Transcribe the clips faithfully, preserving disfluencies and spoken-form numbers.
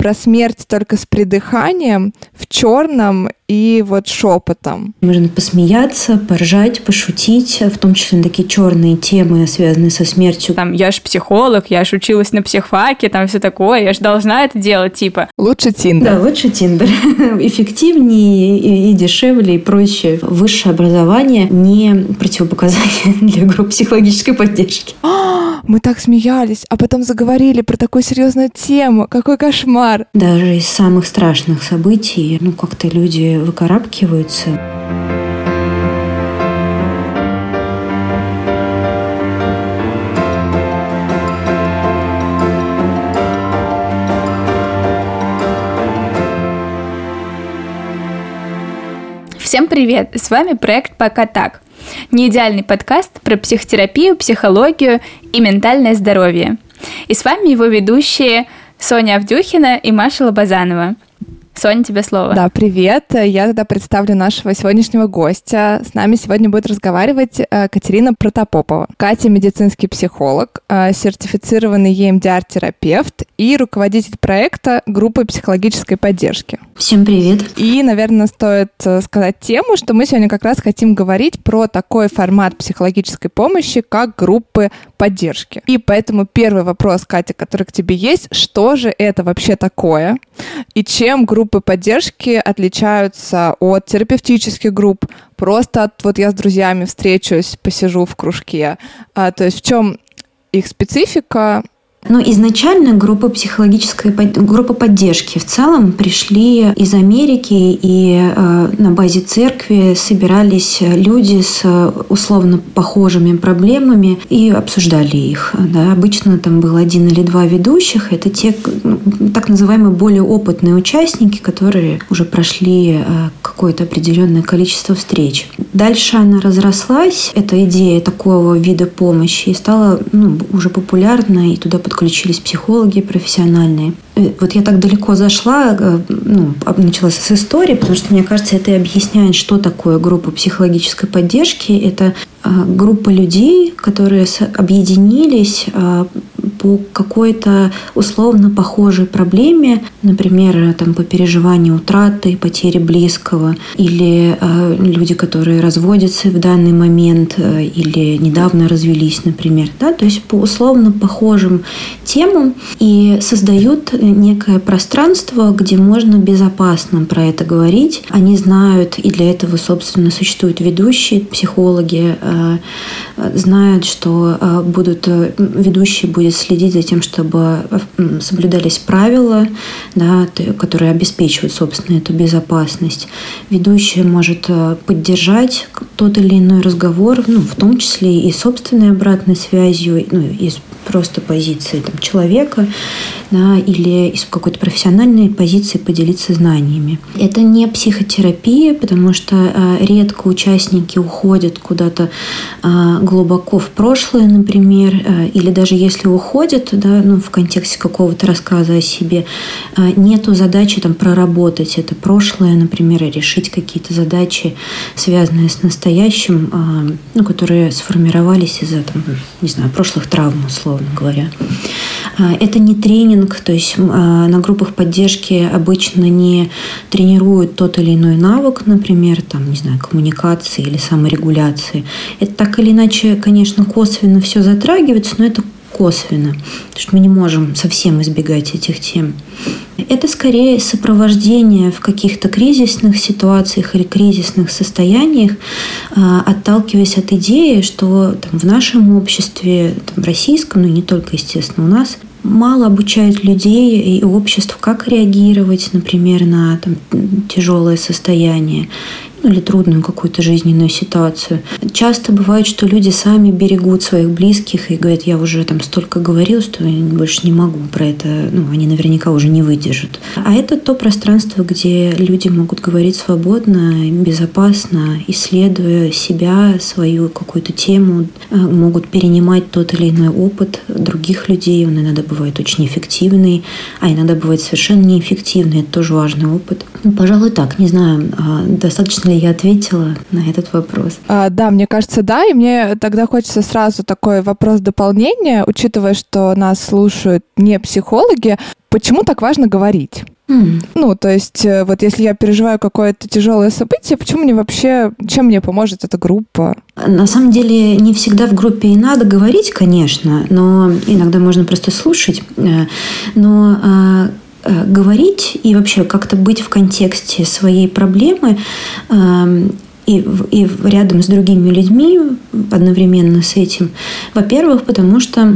про смерть только с придыханием, в черном и вот шепотом. Можно посмеяться, поржать, пошутить, в том числе на такие черные темы, связанные со смертью. Там, я ж психолог, я ж училась на психфаке, там все такое, я ж должна это делать, типа. Лучше Тиндер. Да, лучше Тиндер. Эффективнее и, и дешевле, и проще. Высшее образование не противопоказание для групп психологической поддержки. Мы так смеялись, а потом заговорили про такую серьезную тему. Какой кошмар. Даже из самых страшных событий, ну, как-то люди выкарабкиваются. Всем привет! С вами проект «Пока так». Неидеальный подкаст про психотерапию, психологию и ментальное здоровье. И с вами его ведущие Соня Авдюхина и Маша Лобазанова. Соня, тебе слово. Да, привет. Я тогда представлю нашего сегодняшнего гостя. С нами сегодня будет разговаривать Катерина Протопопова. Катя — медицинский психолог, сертифицированный и эм ди ар-терапевт и руководитель проекта группы психологической поддержки. Всем привет. И, наверное, стоит сказать тему, что мы сегодня как раз хотим говорить про такой формат психологической помощи, как группы поддержки. И поэтому первый вопрос, Катя, который к тебе есть: что же это вообще такое? И чем группы поддержки отличаются от терапевтических групп, просто от вот я с друзьями встречусь, посижу в кружке. А, то есть в чем их специфика? Ну, изначально группы психологической группы поддержки в целом пришли из Америки, и э, на базе церкви собирались люди с условно похожими проблемами и обсуждали их. Да. Обычно там был один или два ведущих. Это те, ну, так называемые более опытные участники, которые уже прошли э, какое-то определенное количество встреч. Дальше она разрослась, эта идея такого вида помощи, и стала, ну, уже популярной, и туда подключились психологи профессиональные. Вот я так далеко зашла, ну, началась с истории, потому что, мне кажется, это и объясняет, что такое группа психологической поддержки. Это группа людей, которые объединились по какой-то условно похожей проблеме, например, там, по переживанию утраты, потери близкого, или люди, которые разводятся в данный момент или недавно развелись, например. Да? То есть по условно похожим темам, и создают некое пространство, где можно безопасно про это говорить. Они знают, и для этого, собственно, существуют ведущие, психологи, знают, что будут, ведущий будет следить за тем, чтобы соблюдались правила, да, которые обеспечивают, собственно, эту безопасность. Ведущий может поддержать тот или иной разговор, ну, в том числе и собственной обратной связью, ну, из просто позиции там, человека, да, или из какой-то профессиональной позиции поделиться знаниями. Это не психотерапия, потому что а, редко участники уходят куда-то а, глубоко в прошлое, например, а, или даже если уходят, да, ну, в контексте какого-то рассказа о себе, а, нету задачи там, проработать это прошлое, например, решить какие-то задачи, связанные с настоящим, а, ну, которые сформировались из-за там, не знаю, прошлых травм, условно говоря. Это не тренинг, то есть на группах поддержки обычно не тренируют тот или иной навык, например, там, не знаю, коммуникации или саморегуляции. Это так или иначе, конечно, косвенно все затрагивается, но это косвенно, потому что мы не можем совсем избегать этих тем. Это скорее сопровождение в каких-то кризисных ситуациях или кризисных состояниях, отталкиваясь от идеи, что там, в нашем обществе, там, российском, ну и не только, естественно, у нас мало обучают людей и обществ, как реагировать, например, на там, тяжелое состояние или трудную какую-то жизненную ситуацию. Часто бывает, что люди сами берегут своих близких и говорят: я уже там столько говорил, что я больше не могу про это, ну, они наверняка уже не выдержат. А это то пространство, где люди могут говорить свободно, безопасно, исследуя себя, свою какую-то тему, могут перенимать тот или иной опыт других людей. Он иногда бывает очень эффективный, а иногда бывает совершенно неэффективный. Это тоже важный опыт. Ну, пожалуй, так. Не знаю, достаточно ли я ответила на этот вопрос? А, да, мне кажется, да. И мне тогда хочется сразу такой вопрос дополнения, учитывая, что нас слушают не психологи. почему так важно говорить? Mm. Ну, то есть, вот если я переживаю какое-то тяжелое событие, почему мне вообще, чем мне поможет эта группа? На самом деле, не всегда в группе и надо говорить, конечно, но иногда можно просто слушать. Но говорить и вообще как-то быть в контексте своей проблемы и, и рядом с другими людьми одновременно с этим. Во-первых, потому что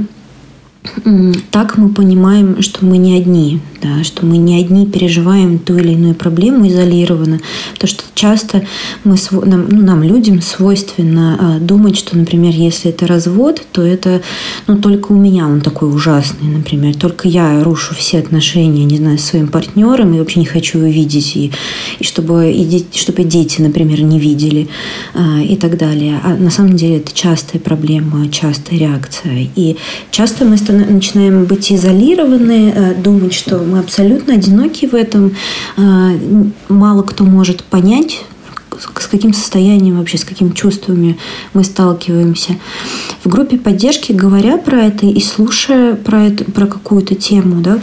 так мы понимаем, что мы не одни, да, что мы не одни переживаем ту или иную проблему изолированно. Потому что часто мы, нам, ну, нам, людям, свойственно думать, что, например, если это развод, то это ну, только у меня он такой ужасный, например. Только я рушу все отношения, не знаю, с своим партнером и вообще не хочу его видеть, и, и, чтобы, и дети, чтобы дети, например, не видели и так далее. А на самом деле это частая проблема, частая реакция. И часто мы становимся начинаем быть изолированы, думать, что мы абсолютно одиноки в этом. Мало кто может понять, с каким состоянием вообще, с какими чувствами мы сталкиваемся. В группе поддержки, говоря про это и слушая про, это, про какую-то тему, да,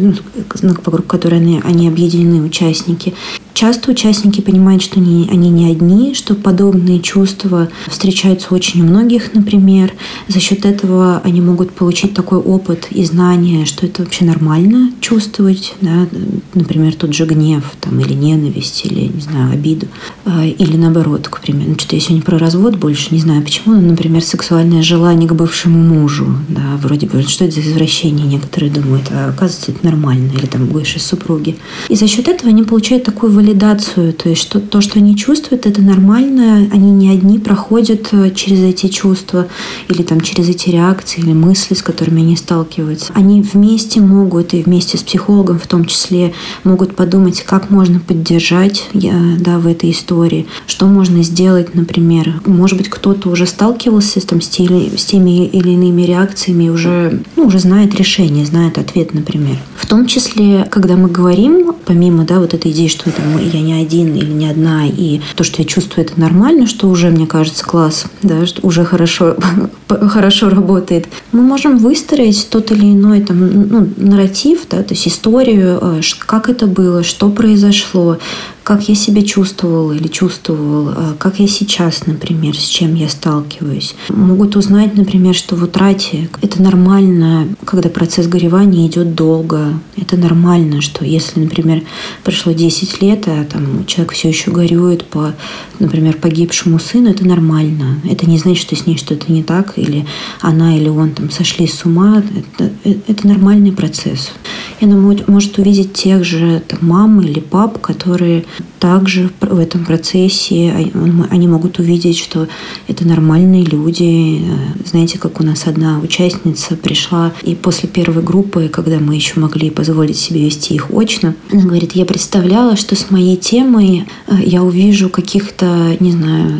вокруг которой они, они объединены, участники, часто участники понимают, что они, они не одни, что подобные чувства встречаются очень у многих, например. За счет этого они могут получить такой опыт и знания, что это вообще нормально чувствовать, да, например, тот же гнев там, или ненависть, или, не знаю, обиду. Или наоборот, к примеру. Ну, что-то я сегодня про развод больше не знаю почему, но, например, сексуальное желание к бывшему мужу. Да, вроде бы, что это за извращение, некоторые думают, а оказывается, это нормально, или там бывшие супруги. И за счет этого они получают такую валидацию, то есть что, то, что они чувствуют, это нормально, они не одни проходят через эти чувства, или там через эти реакции, или мысли, с которыми они сталкиваются. Они вместе могут, и вместе с психологом в том числе, могут подумать, как можно поддержать, да, в этой истории, что можно сделать, например. Может быть, кто-то уже сталкивался там, с, теми, с теми или иными реакциями и уже, ну, уже знает решение, знает ответ, например. В том числе, когда мы говорим, помимо да, вот этой идеи, что это я не один или не одна, и то, что я чувствую, это нормально, что уже, мне кажется, класс, да, что уже хорошо, хорошо работает, мы можем выстроить тот или иной там, ну, нарратив, да, то есть историю, как это было, что произошло, как я себя чувствовала или чувствовал, как я сейчас, например, с чем я сталкиваюсь. Могут узнать, например, что в утрате это нормально, когда процесс горевания идет долго. Это нормально, что если, например, прошло десять лет, а там человек все еще горюет по, например, погибшему сыну, это нормально. Это не значит, что с ней что-то не так, или она или он там сошли с ума. Это, это нормальный процесс. И она может увидеть тех же там, мам или пап, которые также в этом процессе они могут увидеть, что это нормальные люди. Знаете, как у нас одна участница пришла, и после первой группы, когда мы еще могли позволить себе вести их очно, она говорит, я представляла, что с моей темой я увижу каких-то, не знаю,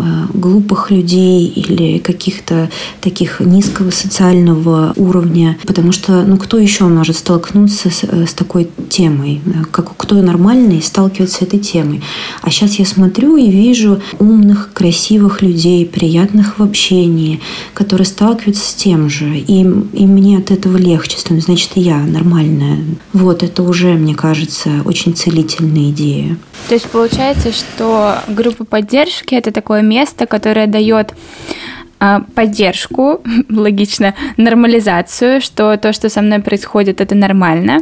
глупых людей или каких-то таких низкого социального уровня, потому что, ну, кто еще может столкнуться с, с такой темой? Как, кто нормальный сталкивается с этой темой? А сейчас я смотрю и вижу умных, красивых людей, приятных в общении, которые сталкиваются с тем же. И, и мне от этого легче становится. Значит, и я нормальная. Вот, это уже, мне кажется, очень целительная идея. То есть получается, что группа поддержки – это такое место, которое дает поддержку, логично, нормализацию, что то, что со мной происходит, это нормально.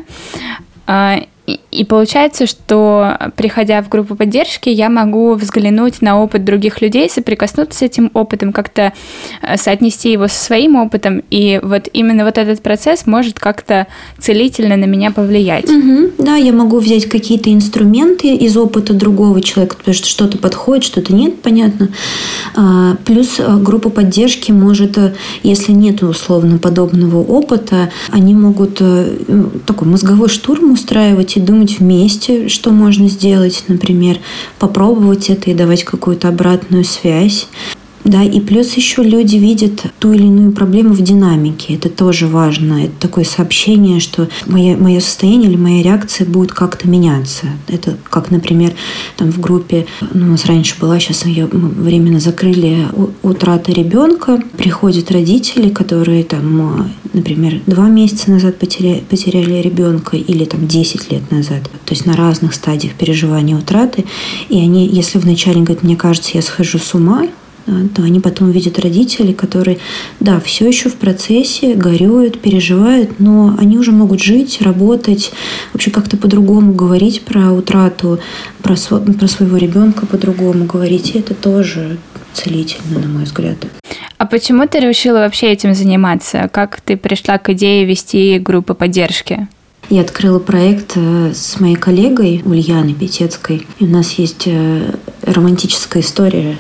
И получается, что, приходя в группу поддержки, я могу взглянуть на опыт других людей, соприкоснуться с этим опытом, как-то соотнести его со своим опытом, и вот именно вот этот процесс может как-то целительно на меня повлиять. Угу. Да, я могу взять какие-то инструменты из опыта другого человека, потому что что-то подходит, что-то нет, понятно. Плюс группа поддержки может, если нет условно подобного опыта, они могут такой мозговой штурм устраивать и думать вместе, что можно сделать, например, попробовать это и давать какую-то обратную связь. Да, и плюс еще люди видят ту или иную проблему в динамике. Это тоже важно. Это такое сообщение, что мое, мое состояние или моя реакция будет как-то меняться. Это как, например, там в группе, ну, у нас раньше была, сейчас ее временно закрыли, утрата ребенка. Приходят родители, которые там, например, два месяца назад потеряли, потеряли ребенка или там десять лет назад. То есть на разных стадиях переживания утраты. И они, если вначале говорят, мне кажется, я схожу с ума, то они потом видят родителей, которые, да, все еще в процессе, горюют, переживают, но они уже могут жить, работать, вообще как-то по-другому говорить про утрату, про, св- про своего ребенка по-другому говорить. И это тоже целительно, на мой взгляд. А почему ты решила вообще этим заниматься? Как ты пришла к идее вести группу поддержки? Я открыла проект с моей коллегой Ульяной Петецкой. И у нас есть романтическая история,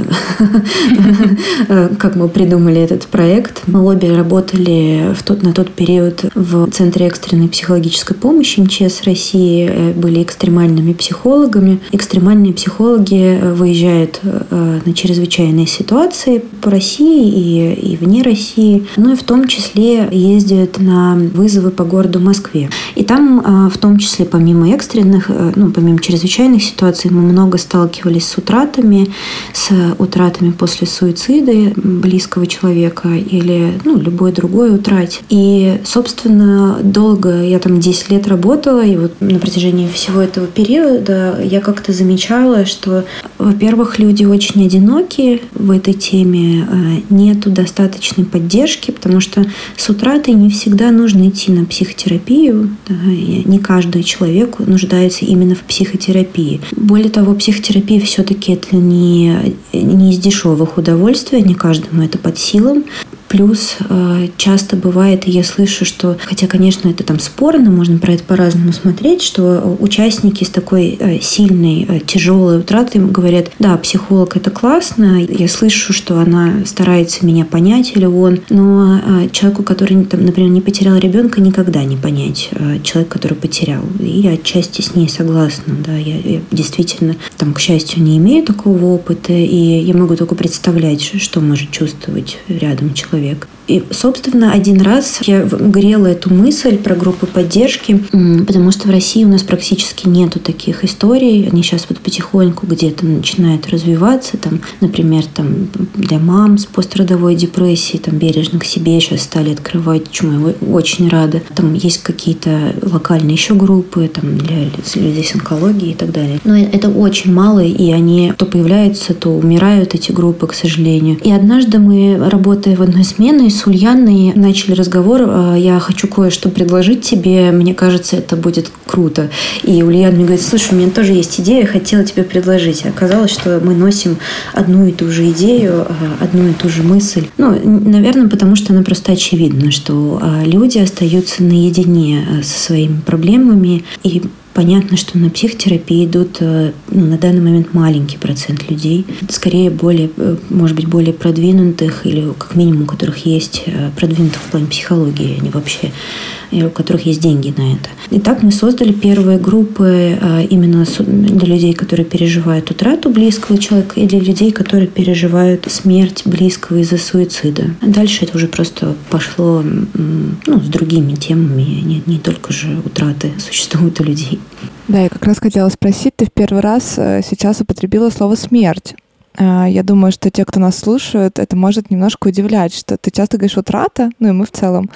как мы придумали этот проект. Мы обе работали в тот, на тот период в Центре экстренной психологической помощи эм че эс России, были экстремальными психологами. Экстремальные психологи выезжают на чрезвычайные ситуации по России и, и вне России, ну и в том числе ездят на вызовы по городу Москве. И там, в том числе, помимо экстренных, ну, помимо чрезвычайных ситуаций, мы много сталкивались с утратами, с утратами после суицида близкого человека или, ну, любой другой утрате. И, собственно, долго, я там десять лет работала, и вот на протяжении всего этого периода я как-то замечала, что, во-первых, люди очень одиноки в этой теме, нету достаточной поддержки, потому что с утратой не всегда нужно идти на психотерапию. Да, не каждый человек нуждается именно в психотерапии. Более того, психотерапия все-таки это не, не из дешевых удовольствий, не каждому это под силам. Плюс часто бывает, и я слышу, что, хотя, конечно, это там спорно, можно про это по-разному смотреть, что участники с такой сильной, тяжелой утратой говорят, да, психолог это классно, я слышу, что она старается меня понять или он, но человеку, который, там, например, не потерял ребенка, никогда не понять человека, который потерял. И я отчасти с ней согласна, да, я, я действительно, там, к счастью, не имею такого опыта, и я могу только представлять, что может чувствовать рядом человек. И, собственно, один раз я грела эту мысль про группы поддержки, потому что в России у нас практически нету таких историй. Они сейчас вот потихоньку где-то начинают развиваться. Там, например, там, для мам с пострадовой депрессией, там, бережно к себе сейчас стали открывать, чему я очень рада. Там есть какие-то локальные еще группы там, для людей с онкологией и так далее. Но это очень мало, и они то появляются, то умирают, эти группы, к сожалению. И однажды мы, работая в одной смене, с Ульяной начали разговор. Я хочу кое-что предложить тебе. Мне кажется, это будет круто. И Ульяна мне говорит, слушай, у меня тоже есть идея, хотела тебе предложить. Оказалось, что мы носим одну и ту же идею, одну и ту же мысль. Ну, наверное, потому что она просто очевидна, что люди остаются наедине со своими проблемами. И понятно, что на психотерапии идут, ну, на данный момент маленький процент людей, скорее более, может быть, более продвинутых или как минимум у которых есть продвинутых в плане психологии, они вообще, у которых есть деньги на это. Итак, мы создали первые группы именно для людей, которые переживают утрату близкого человека, и для людей, которые переживают смерть близкого из-за суицида. А дальше это уже просто пошло, ну, с другими темами, не, не только же утраты существуют у людей. Да, я как раз хотела спросить, ты в первый раз сейчас употребила слово «смерть». Я думаю, что те, кто нас слушают, это может немножко удивлять, что ты часто говоришь «утрата», ну и мы в целом.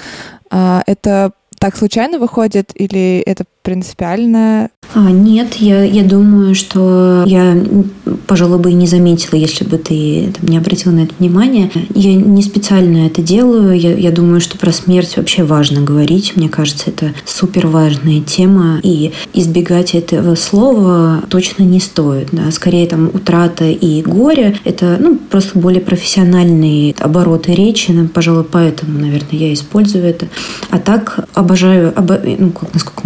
Это так случайно выходит или это принципиально? А, нет, я, я думаю, что я, пожалуй, бы и не заметила, если бы ты там, не обратила на это внимание. Я не специально это делаю. Я, я думаю, что про смерть вообще важно говорить. Мне кажется, это супер важная тема. И избегать этого слова точно не стоит. Да. Скорее, там, утрата и горе – это ну, просто более профессиональные обороты речи. Ну, пожалуй, поэтому, наверное, я использую это. А так обожаю, обо... ну, как, насколько можно так сказать,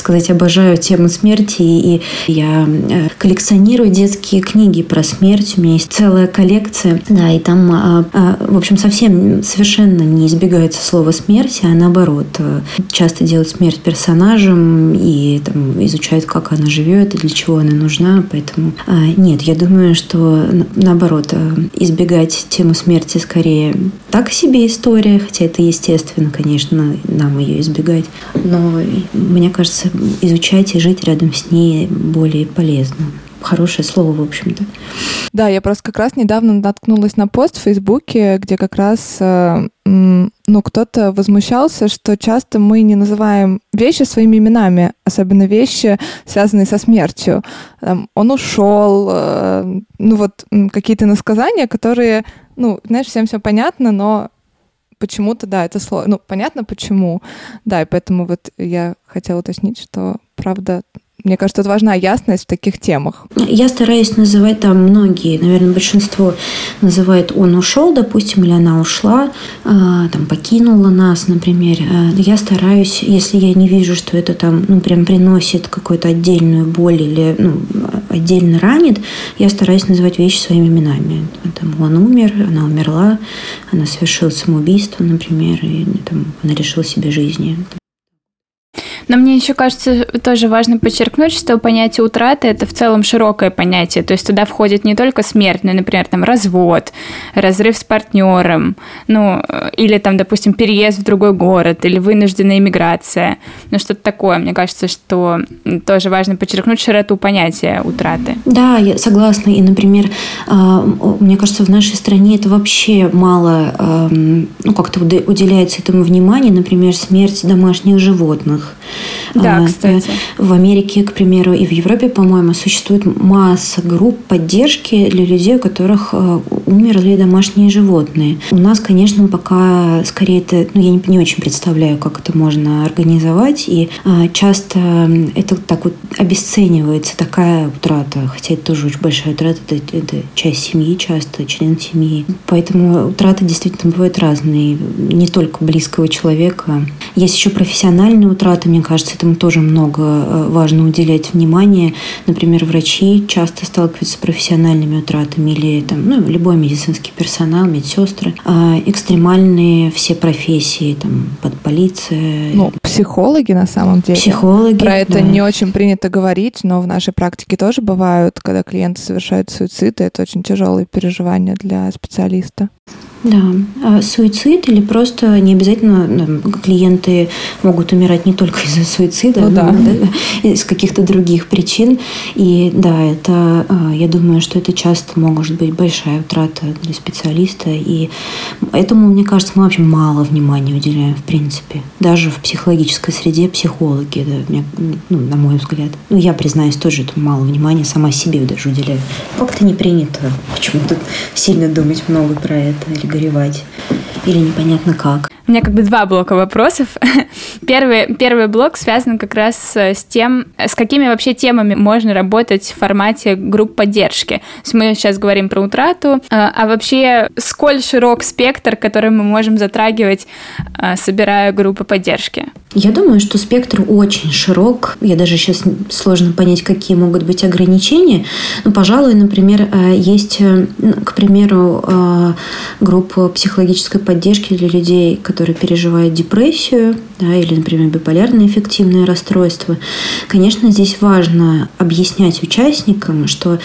сказать, обожаю тему смерти, и я коллекционирую детские книги про смерть. У меня есть целая коллекция. Да, и там, в общем, совсем совершенно не избегается слова смерти, а наоборот, часто делают смерть персонажем и там, изучают, как она живет и для чего она нужна. Поэтому нет, я думаю, что наоборот, избегать тему смерти скорее так себе история, хотя это естественно, конечно, нам ее избегать. Но мне кажется, изучать и жить рядом с ней более полезно. Хорошее слово, в общем-то. Да, я просто как раз недавно наткнулась на пост в Фейсбуке, где как раз ну, кто-то возмущался, что часто мы не называем вещи своими именами, особенно вещи, связанные со смертью. Там, он ушел, ну вот какие-то иносказания, которые, ну, знаешь, всем все понятно, но почему-то, да, это сложно. Ну, понятно, почему. Да, и поэтому вот я хотела уточнить, что, правда, мне кажется, тут важна ясность в таких темах. Я стараюсь называть там многие, наверное, большинство называет «он ушел», допустим, или «она ушла», там, покинула нас, например. Я стараюсь, если я не вижу, что это там, ну, прям приносит какую-то отдельную боль или, ну, отдельно ранит, я стараюсь называть вещи своими именами. Там, он умер, она умерла, она совершила самоубийство, например, и там, она лишила себе жизни. Но мне еще кажется, тоже важно подчеркнуть, что понятие утраты – это в целом широкое понятие. То есть туда входит не только смерть, но, например, там, развод, разрыв с партнером, ну, или, там, допустим, переезд в другой город, или вынужденная иммиграция. Ну, что-то такое. Мне кажется, что тоже важно подчеркнуть широту понятия утраты. Да, я согласна. И, например, мне кажется, в нашей стране это вообще мало, ну, как-то уделяется этому внимание. Например, смерть домашних животных. Да, кстати. В Америке, к примеру, и в Европе, по-моему, существует масса групп поддержки для людей, у которых умерли домашние животные. У нас, конечно, пока скорее это, ну, я не, не очень представляю, как это можно организовать, и часто это так вот обесценивается, такая утрата, хотя это тоже очень большая утрата, это, это часть семьи часто, член семьи. Поэтому утраты действительно бывают разные, не только близкого человека. Есть еще профессиональные утраты, мне кажется, этому тоже много важно уделять внимание. Например, врачи часто сталкиваются с профессиональными утратами или там, ну, любой медицинский персонал, медсестры. А экстремальные все профессии, там, под полиция. Ну, психологи на самом деле. Психологи, Про это да. не очень принято говорить, но в нашей практике тоже бывают, когда клиенты совершают суицид, и это очень тяжелые переживания для специалиста. Да, а суицид или просто не обязательно да, клиенты могут умирать не только из-за суицида, ну, да. Да, из каких-то других причин. И да, это, я думаю, что это часто может быть большая утрата для специалиста. И этому, мне кажется, мы вообще мало внимания уделяем, в принципе. Даже в психологической среде психологи, да, ну, на мой взгляд. Ну, я, признаюсь, тоже этому мало внимания сама себе даже уделяю. Как-то не принято почему-то сильно думать много про это или горевать, или непонятно как. У меня как бы два блока вопросов. Первый, первый блок связан как раз с тем, с какими вообще темами можно работать в формате групп поддержки. То есть мы сейчас говорим про утрату, а вообще сколь широк спектр, который мы можем затрагивать, собирая группы поддержки? Я думаю, что спектр очень широк. Я даже сейчас сложно понять, какие могут быть ограничения. Но, пожалуй, например, есть, к примеру, группа психологической поддержки для людей, которые переживают депрессию, да, или, например, биполярное аффективное расстройство. Конечно, здесь важно объяснять участникам, что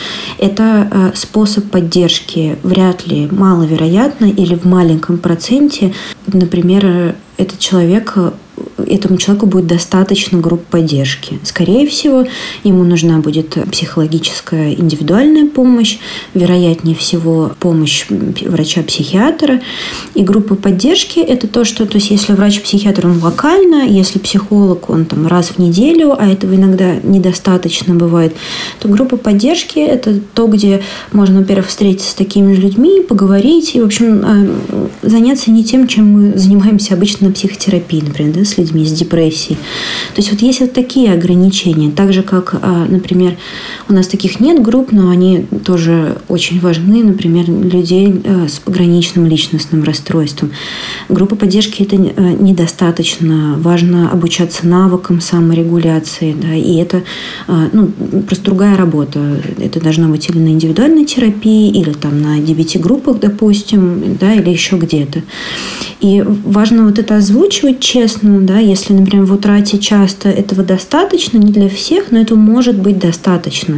это способ поддержки вряд ли маловероятно или в маленьком проценте. Например, этот человек этому человеку будет достаточно групп поддержки. Скорее всего, ему нужна будет психологическая индивидуальная помощь, вероятнее всего помощь врача-психиатра. И группа поддержки – это то, что, то есть, если врач-психиатр, он локально, если психолог, он там раз в неделю, а этого иногда недостаточно бывает, то группа поддержки – это то, где можно, во-первых, встретиться с такими же людьми, поговорить и, в общем, заняться не тем, чем мы занимаемся обычно на психотерапии, например, да, с людьми с депрессией. То есть вот есть вот такие ограничения. Так же, как, например, у нас таких нет групп, но они тоже очень важны, например, людей с пограничным личностным расстройством. Группа поддержки – это недостаточно. Важно обучаться навыкам саморегуляции, да, и это ну, просто другая работа. Это должна быть или на индивидуальной терапии, или там на ди би ти-группах, допустим, да, или еще где-то. И важно вот это озвучивать честно, да, если, например, в утрате часто этого достаточно, не для всех, но этого может быть достаточно.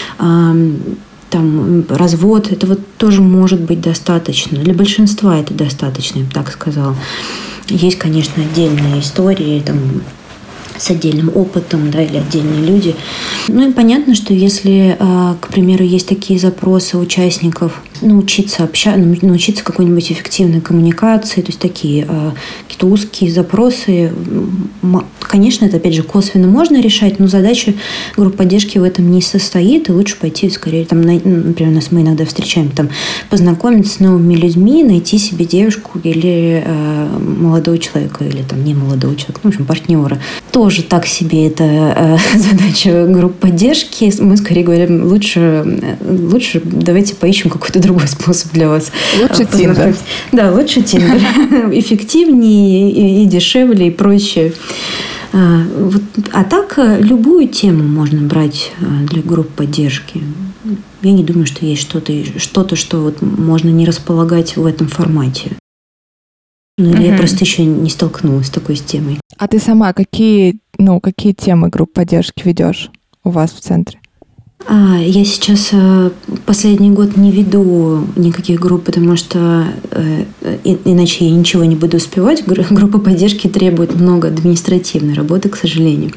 Там развод, этого тоже может быть достаточно. Для большинства это достаточно, я бы так сказала. Есть, конечно, отдельные истории, там, с отдельным опытом, да, или отдельные люди. Ну и понятно, что если, к примеру, есть такие запросы участников научиться общаться, научиться какой-нибудь эффективной коммуникации, то есть такие какие-то узкие запросы, конечно, это опять же косвенно можно решать, но задача группы поддержки в этом не состоит, и лучше пойти скорее, там, например, у нас мы иногда встречаем, там, познакомиться с новыми людьми, найти себе девушку или э, молодого человека, или там не молодого человека, ну, в общем, партнера. Тоже так себе это э, задача группы поддержки. Мы скорее говорим, лучше, лучше давайте поищем какой-то другой способ для вас. Лучше Тиндер. Да, лучше Тиндер. Эффективнее и, и дешевле, и проще. А, вот, а так любую тему можно брать для групп поддержки. Я не думаю, что есть что-то, что-то, что вот можно не располагать в этом формате. Ну, или угу. я просто еще не столкнулась с такой темой. А ты сама какие, ну, какие темы групп поддержки ведешь у вас в центре? А, я сейчас последний год не веду никаких групп, потому что э, иначе я ничего не буду успевать. Группа поддержки требует много административной работы, к сожалению.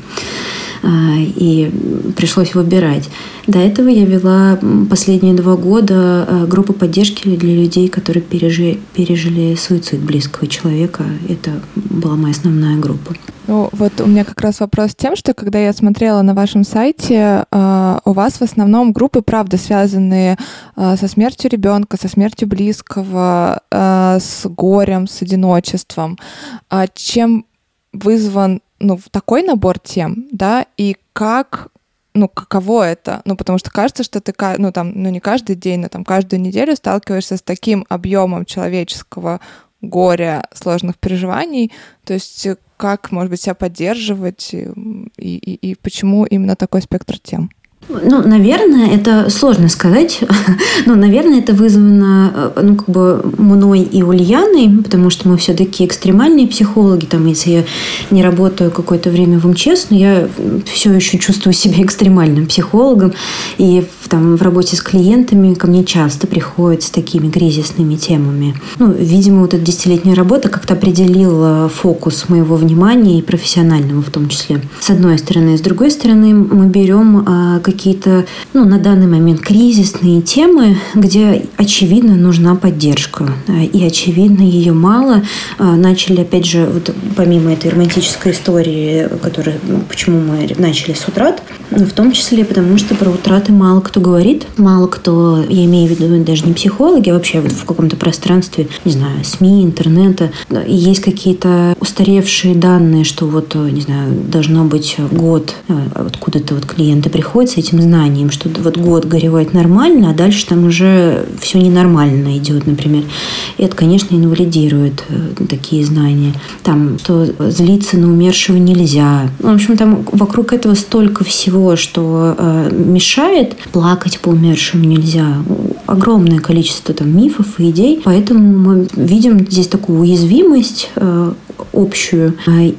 И пришлось выбирать. До этого я вела последние два года группу поддержки для людей, которые пережили, пережили суицид близкого человека. Это была моя основная группа. Ну, вот у меня как раз вопрос с тем, что когда я смотрела на вашем сайте, э, у вас в основном группы, правда, связанные э, со смертью ребенка, со смертью близкого, э, с горем, с одиночеством. А чем вызван ну, такой набор тем, да, и как, ну, каково это? Ну, потому что кажется, что ты, ну, там, ну, не каждый день, но там каждую неделю сталкиваешься с таким объемом человеческого горя, сложных переживаний, то есть как, может быть, себя поддерживать и, и, и почему именно такой спектр тем? Ну, наверное, это сложно сказать, но, наверное, это вызвано, ну, как бы мной и Ульяной, потому что мы все-таки экстремальные психологи, там, если я не работаю какое-то время в эм че эс, но я все еще чувствую себя экстремальным психологом, и там, в работе с клиентами ко мне часто приходят с такими кризисными темами. Ну, видимо, вот эта десятилетняя работа как-то определила фокус моего внимания и профессионального в том числе. С одной стороны. С другой стороны, мы берем а, какие-то, ну, на данный момент кризисные темы, где, очевидно, нужна поддержка. И, очевидно, ее мало. Начали, опять же, вот помимо этой романтической истории, которую, почему мы начали с утрат, в том числе потому, что про утраты мало кто говорит, мало кто, я имею в виду даже не психологи, а вообще вот в каком-то пространстве, не знаю, СМИ, интернета, есть какие-то устаревшие данные, что вот, не знаю, должно быть год, откуда-то вот клиенты приходят с этим знанием, что вот год горевать нормально, а дальше там уже все ненормально идет, например. И это, конечно, инвалидирует такие знания. Там, что злиться на умершего нельзя. В общем, там вокруг этого столько всего, что э, мешает. Плакать по умершему нельзя. Огромное количество там мифов и идей. Поэтому мы видим здесь такую уязвимость э, общую.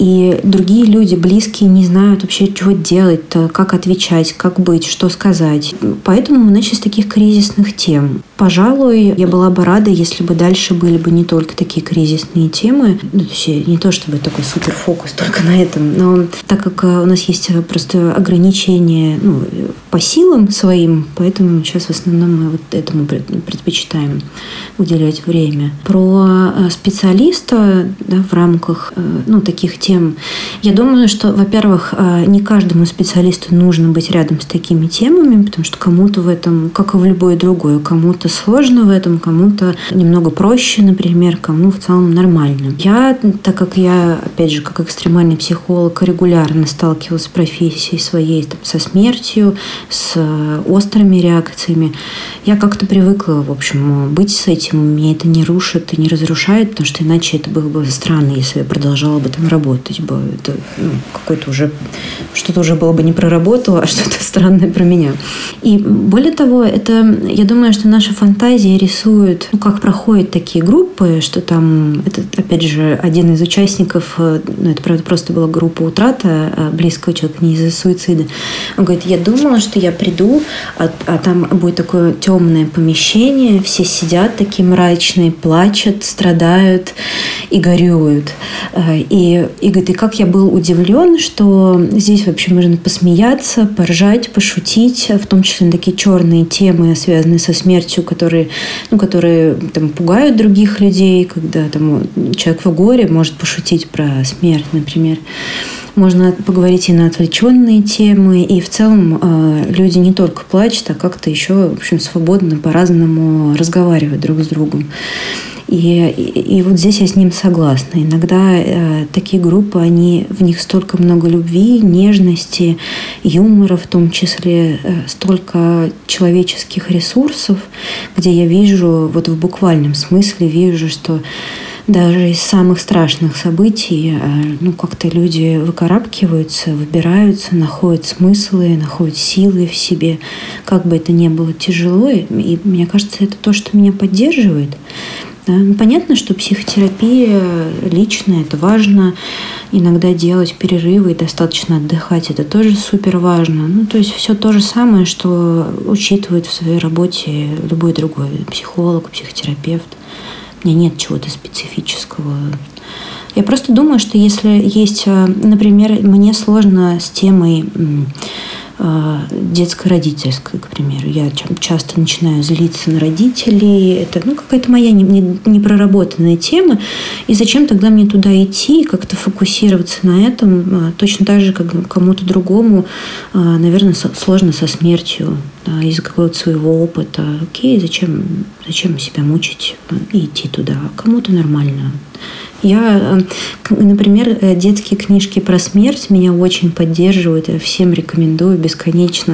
И другие люди, близкие, не знают вообще, чего делать, как отвечать, как быть, что сказать. Поэтому мы начали с таких кризисных тем. Пожалуй, я была бы рада, если бы дальше были бы не только такие кризисные темы. Ну, то есть не то, чтобы такой суперфокус только на этом, но так как у нас есть просто ограничения, ну, по силам своим, поэтому сейчас в основном мы вот этому предпочитаем уделять время. Про специалиста, да, в рамках ну, таких тем. Я думаю, что, во-первых, не каждому специалисту нужно быть рядом с такими темами, потому что кому-то в этом, как и в любое другое, кому-то сложно в этом, кому-то немного проще, например, кому в целом нормально. Я, так как я, опять же, как экстремальный психолог, регулярно сталкивалась с профессией своей, там, со смертью, с острыми реакциями, я как-то привыкла, в общем, быть с этим. Меня это не рушит и не разрушает, потому что иначе это было бы странно, если я продолжала бы там работать. Бы. Это ну, какое-то уже, что-то уже было бы не проработало, а что-то странное про меня. И более того, это, я думаю, что наша фантазия рисует, ну, как проходят такие группы, что там, это, опять же, один из участников, ну, это, правда, просто была группа утрата близкого человека, не из-за суицида. Он говорит, я думала, что я приду, а, а там будет такое темное помещение, все сидят такие мрачные, плачут, страдают и горюют. И, и говорит, и как я был удивлен, что здесь вообще можно посмеяться, поржать, пошутить, в том числе на такие черные темы, связанные со смертью, которые, ну, которые там, пугают других людей, когда там, человек в горе может пошутить про смерть, например. Можно поговорить и на отвлеченные темы, и в целом э, люди не только плачут, а как-то еще, в общем, свободно, по-разному разговаривают друг с другом. И, и, и вот здесь я с ним согласна. Иногда э, такие группы, они, в них столько много любви, нежности, юмора в том числе, э, столько человеческих ресурсов, где я вижу, вот в буквальном смысле вижу, что даже из самых страшных событий ну, как-то люди выкарабкиваются, выбираются, находят смыслы, находят силы в себе, как бы это ни было тяжело. И мне кажется, это то, что меня поддерживает. Да? Понятно, что психотерапия личная, это важно. Иногда делать перерывы и достаточно отдыхать, это тоже супер важно. Ну, то есть все то же самое, что учитывает в своей работе любой другой психолог, психотерапевт. У меня нет чего-то специфического. Я просто думаю, что если есть, например, мне сложно с темой детско-родительской, к примеру. Я часто начинаю злиться на родителей. Это ну, какая-то моя непроработанная тема. И зачем тогда мне туда идти и как-то фокусироваться на этом? Точно так же, как кому-то другому, наверное, сложно со смертью, да, из-за какого-то своего опыта. Окей, зачем, зачем себя мучить и идти туда? Кому-то нормально. Я, например, детские книжки про смерть меня очень поддерживают. Я всем рекомендую бесконечно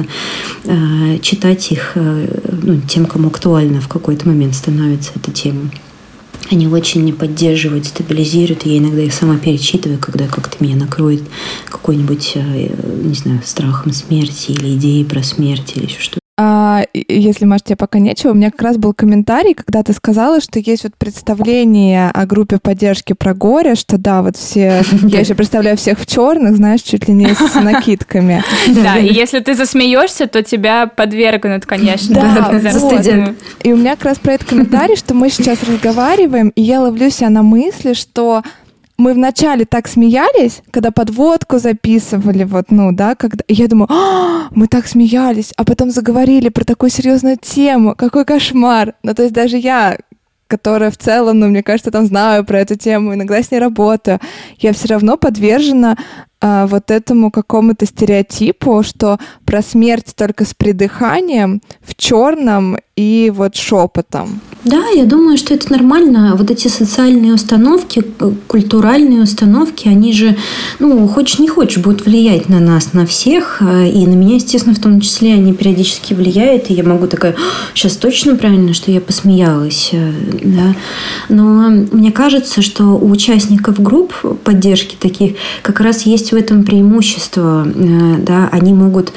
читать их, ну, тем, кому актуально в какой-то момент становится эта тема. Они очень меня поддерживают, стабилизируют. И я иногда их сама перечитываю, когда как-то меня накроет какой-нибудь, не знаю, страхом смерти или идеей про смерть или еще что-то. А, если, Маш, тебе пока нечего, у меня как раз был комментарий, когда ты сказала, что есть вот представление о группе поддержки про горе, что да, вот все, я еще представляю всех в черных, знаешь, чуть ли не с накидками. Да, и если ты засмеешься, то тебя подвергнут, конечно. Да, застыдят. И у меня как раз про этот комментарий, что мы сейчас разговариваем, и я ловлю себя на мысли, что мы вначале так смеялись, когда подводку записывали, вот, ну, да, когда... И я думаю, а, мы так смеялись, а потом заговорили про такую серьезную тему, какой кошмар. Ну, то есть даже я, которая в целом, ну, мне кажется, там знаю про эту тему, иногда с ней работаю, я все равно подвержена а, вот этому какому-то стереотипу, что про смерть только с придыханием, в черном и вот шепотом. Да, я думаю, что это нормально. Вот эти социальные установки, культуральные установки, они же, ну, хочешь не хочешь, будут влиять на нас, на всех. И на меня, естественно, в том числе они периодически влияют. И я могу такая, сейчас точно правильно, что я посмеялась. Да? Но мне кажется, что у участников групп поддержки таких как раз есть в этом преимущество. Да? Они могут...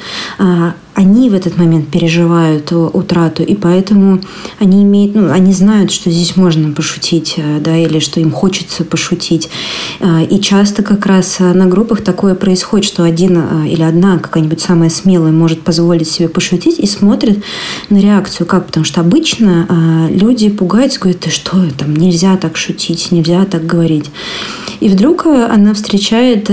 Они в этот момент переживают утрату, и поэтому они имеют, ну, они знают, что здесь можно пошутить, да, или что им хочется пошутить. И часто как раз на группах такое происходит, что один или одна какая-нибудь самая смелая может позволить себе пошутить и смотрит на реакцию. Как? Потому что обычно люди пугаются, говорят, ты что, там нельзя так шутить, нельзя так говорить. И вдруг она встречает, или он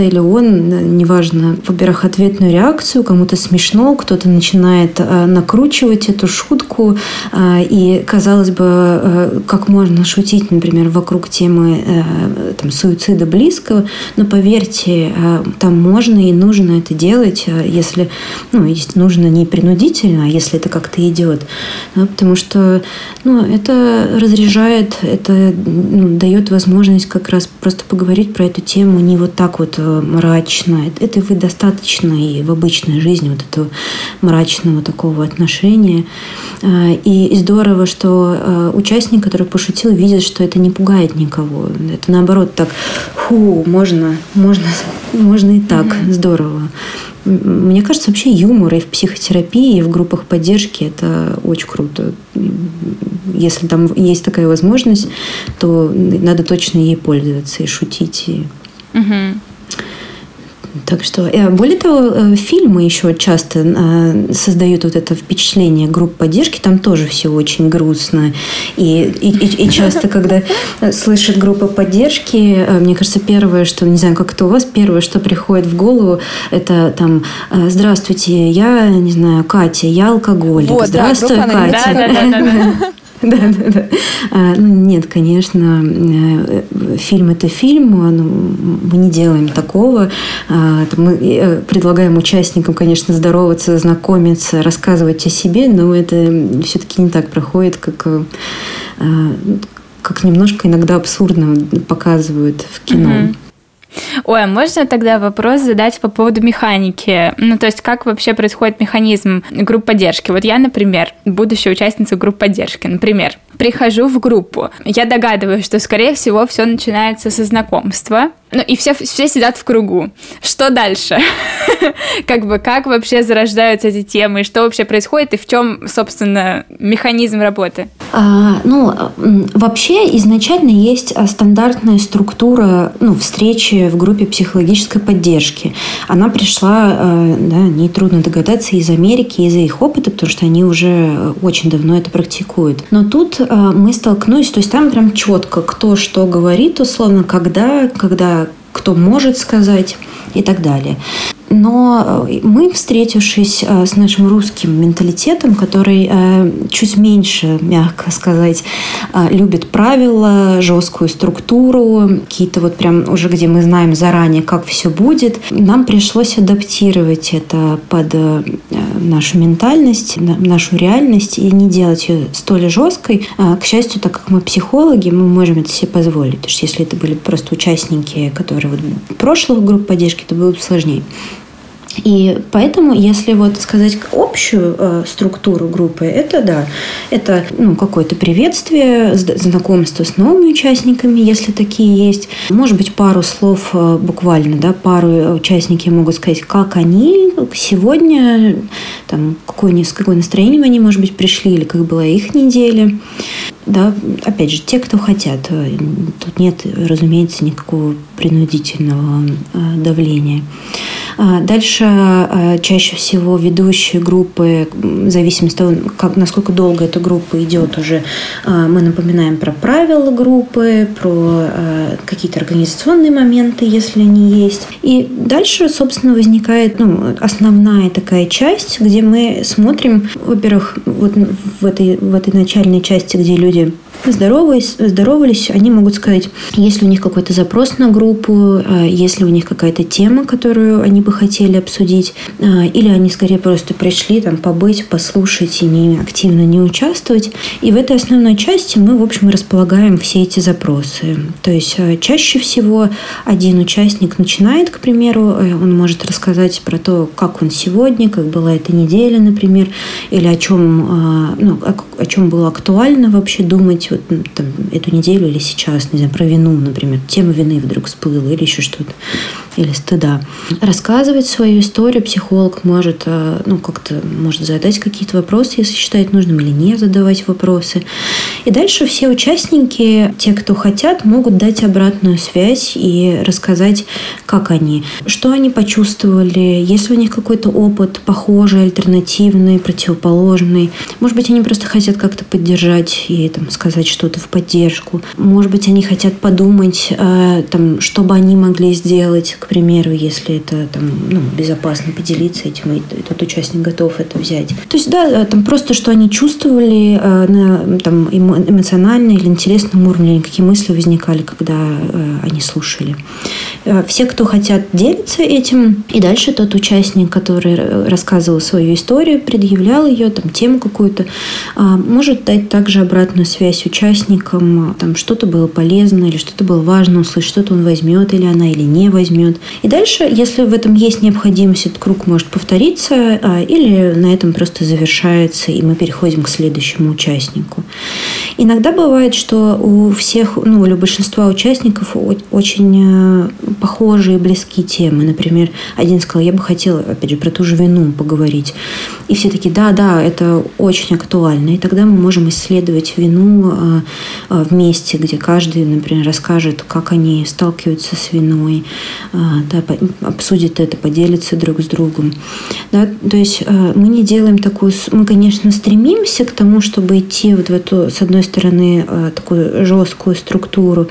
неважно, во-первых, ответную реакцию, кому-то смешно, кто-то начинает накручивать эту шутку, и, казалось бы, как можно шутить, например, вокруг темы там, суицида близкого, но поверьте, там можно и нужно это делать, если, ну, если нужно не принудительно, а если это как-то идет, да, потому что, ну, это разряжает, это, ну, дает возможность как раз просто поговорить про эту тему не вот так вот мрачно. Это вы достаточно и в обычной жизни вот этого мрачного такого отношения. И здорово, что участник, который пошутил, видит, что это не пугает никого. Это наоборот так, фу, можно, можно, можно и так, mm-hmm. здорово. Мне кажется, вообще юмор и в психотерапии, и в группах поддержки – это очень круто. Если там есть такая возможность, то надо точно ей пользоваться и шутить. И... Угу. Так что, более того, фильмы еще часто создают вот это впечатление групп поддержки. Там тоже все очень грустно. И, и, и часто, когда слышат группы поддержки, мне кажется, первое, что, не знаю, как это у вас, первое, что приходит в голову, это там: «Здравствуйте, я, не знаю, Катя, я алкоголик». Вот, «Здравствуй, да, Катя». Да, да, да, да. Да, да, да. А, ну, нет, конечно, фильм – это фильм, ну, мы не делаем такого. А, мы предлагаем участникам, конечно, здороваться, знакомиться, рассказывать о себе, но это все-таки не так проходит, как, как немножко иногда абсурдно показывают в кино. Mm-hmm. Ой, а можно тогда вопрос задать по поводу механики? Ну, то есть, как вообще происходит механизм групп поддержки? Вот я, например, будущая участница групп поддержки, например, прихожу в группу. Я догадываюсь, что, скорее всего, все начинается со знакомства. Ну, и все, все сидят в кругу. Что дальше? Как бы, как вообще зарождаются эти темы? Что вообще происходит? И в чем, собственно, механизм работы? А, ну, вообще, изначально есть стандартная структура, ну, встречи в группе психологической поддержки. Она пришла, да, нетрудно догадаться, из Америки, из-за их опыта, потому что они уже очень давно это практикуют. Но тут мы столкнулись, то есть там прям четко, кто что говорит, условно, когда, когда кто может сказать и так далее. Но мы, встретившись с нашим русским менталитетом, который чуть меньше, мягко сказать, любит правила, жесткую структуру, какие-то вот прям уже, где мы знаем заранее, как все будет, нам пришлось адаптировать это под нашу ментальность, нашу реальность и не делать ее столь жесткой. К счастью, так как мы психологи, мы можем это себе позволить. Потому что если это были просто участники, которые вот прошлых групп поддержки, то было бы сложнее. И поэтому, если вот сказать общую э, структуру группы, это да, это ну, какое-то приветствие, знакомство с новыми участниками, если такие есть. Может быть, пару слов э, буквально, да, пару участники могут сказать, как они сегодня, там, какое, с какое настроением они, может быть, пришли, или как была их неделя. Да, опять же, те, кто хотят. Тут нет, разумеется, никакого принудительного э, давления. Дальше чаще всего ведущие группы, в зависимости от того, как, насколько долго эта группа идет уже, мы напоминаем про правила группы, про какие-то организационные моменты, если они есть. И дальше, собственно, возникает ну, основная такая часть, где мы смотрим, во-первых, вот в этой, в этой начальной части, где люди здоровались, здоровались, они могут сказать, есть ли у них какой-то запрос на группу, есть ли у них какая-то тема, которую они бы хотели обсудить, или они скорее просто пришли там побыть, послушать и не, активно не участвовать. И в этой основной части мы, в общем, располагаем все эти запросы. То есть чаще всего один участник начинает, к примеру, он может рассказать про то, как он сегодня, как была эта неделя, например, или о чем, ну, о, о чем было актуально вообще думать вот, там, эту неделю или сейчас, не знаю, про вину, например, тема вины вдруг всплыла или еще что-то, или стыда. Рассказывать свою историю психолог может, ну, как-то может задать какие-то вопросы, если считает нужным, или не задавать вопросы. И дальше все участники, те, кто хотят, могут дать обратную связь и рассказать, как они, что они почувствовали, есть ли у них какой-то опыт похожий, альтернативный, противоположный. Может быть, они просто хотят как-то поддержать и там, сказать что-то в поддержку. Может быть, они хотят подумать, там, что бы они могли сделать, к примеру, если это там, ну, безопасно поделиться этим, и тот участник готов это взять. То есть, да, там просто, что они чувствовали на там, эмоциональном или интересном уровне, какие мысли возникали, когда они слушали. Все, кто хотят, делятся этим. И дальше тот участник, который рассказывал свою историю, предъявлял ее, там, тему какую-то, может дать также обратную связь участникам. Там что-то было полезно или что-то было важно услышать, что-то он возьмет или она, или не возьмет. И дальше, если в этом есть необходимость, этот круг может повториться, или на этом просто завершается, и мы переходим к следующему участнику. Иногда бывает, что у всех, ну, или у большинства участников очень похожие и близкие темы. Например, один сказал, я бы хотела, опять же, про ту же вину поговорить. И все такие, да, да, это очень актуально. И тогда мы можем исследовать вину вместе, где каждый, например, расскажет, как они сталкиваются с виной, да, обсудит это, поделится друг с другом. Да, то есть мы не делаем такую... Мы, конечно, стремимся к тому, чтобы идти вот в эту, с одной стороны, такую жесткую структуру,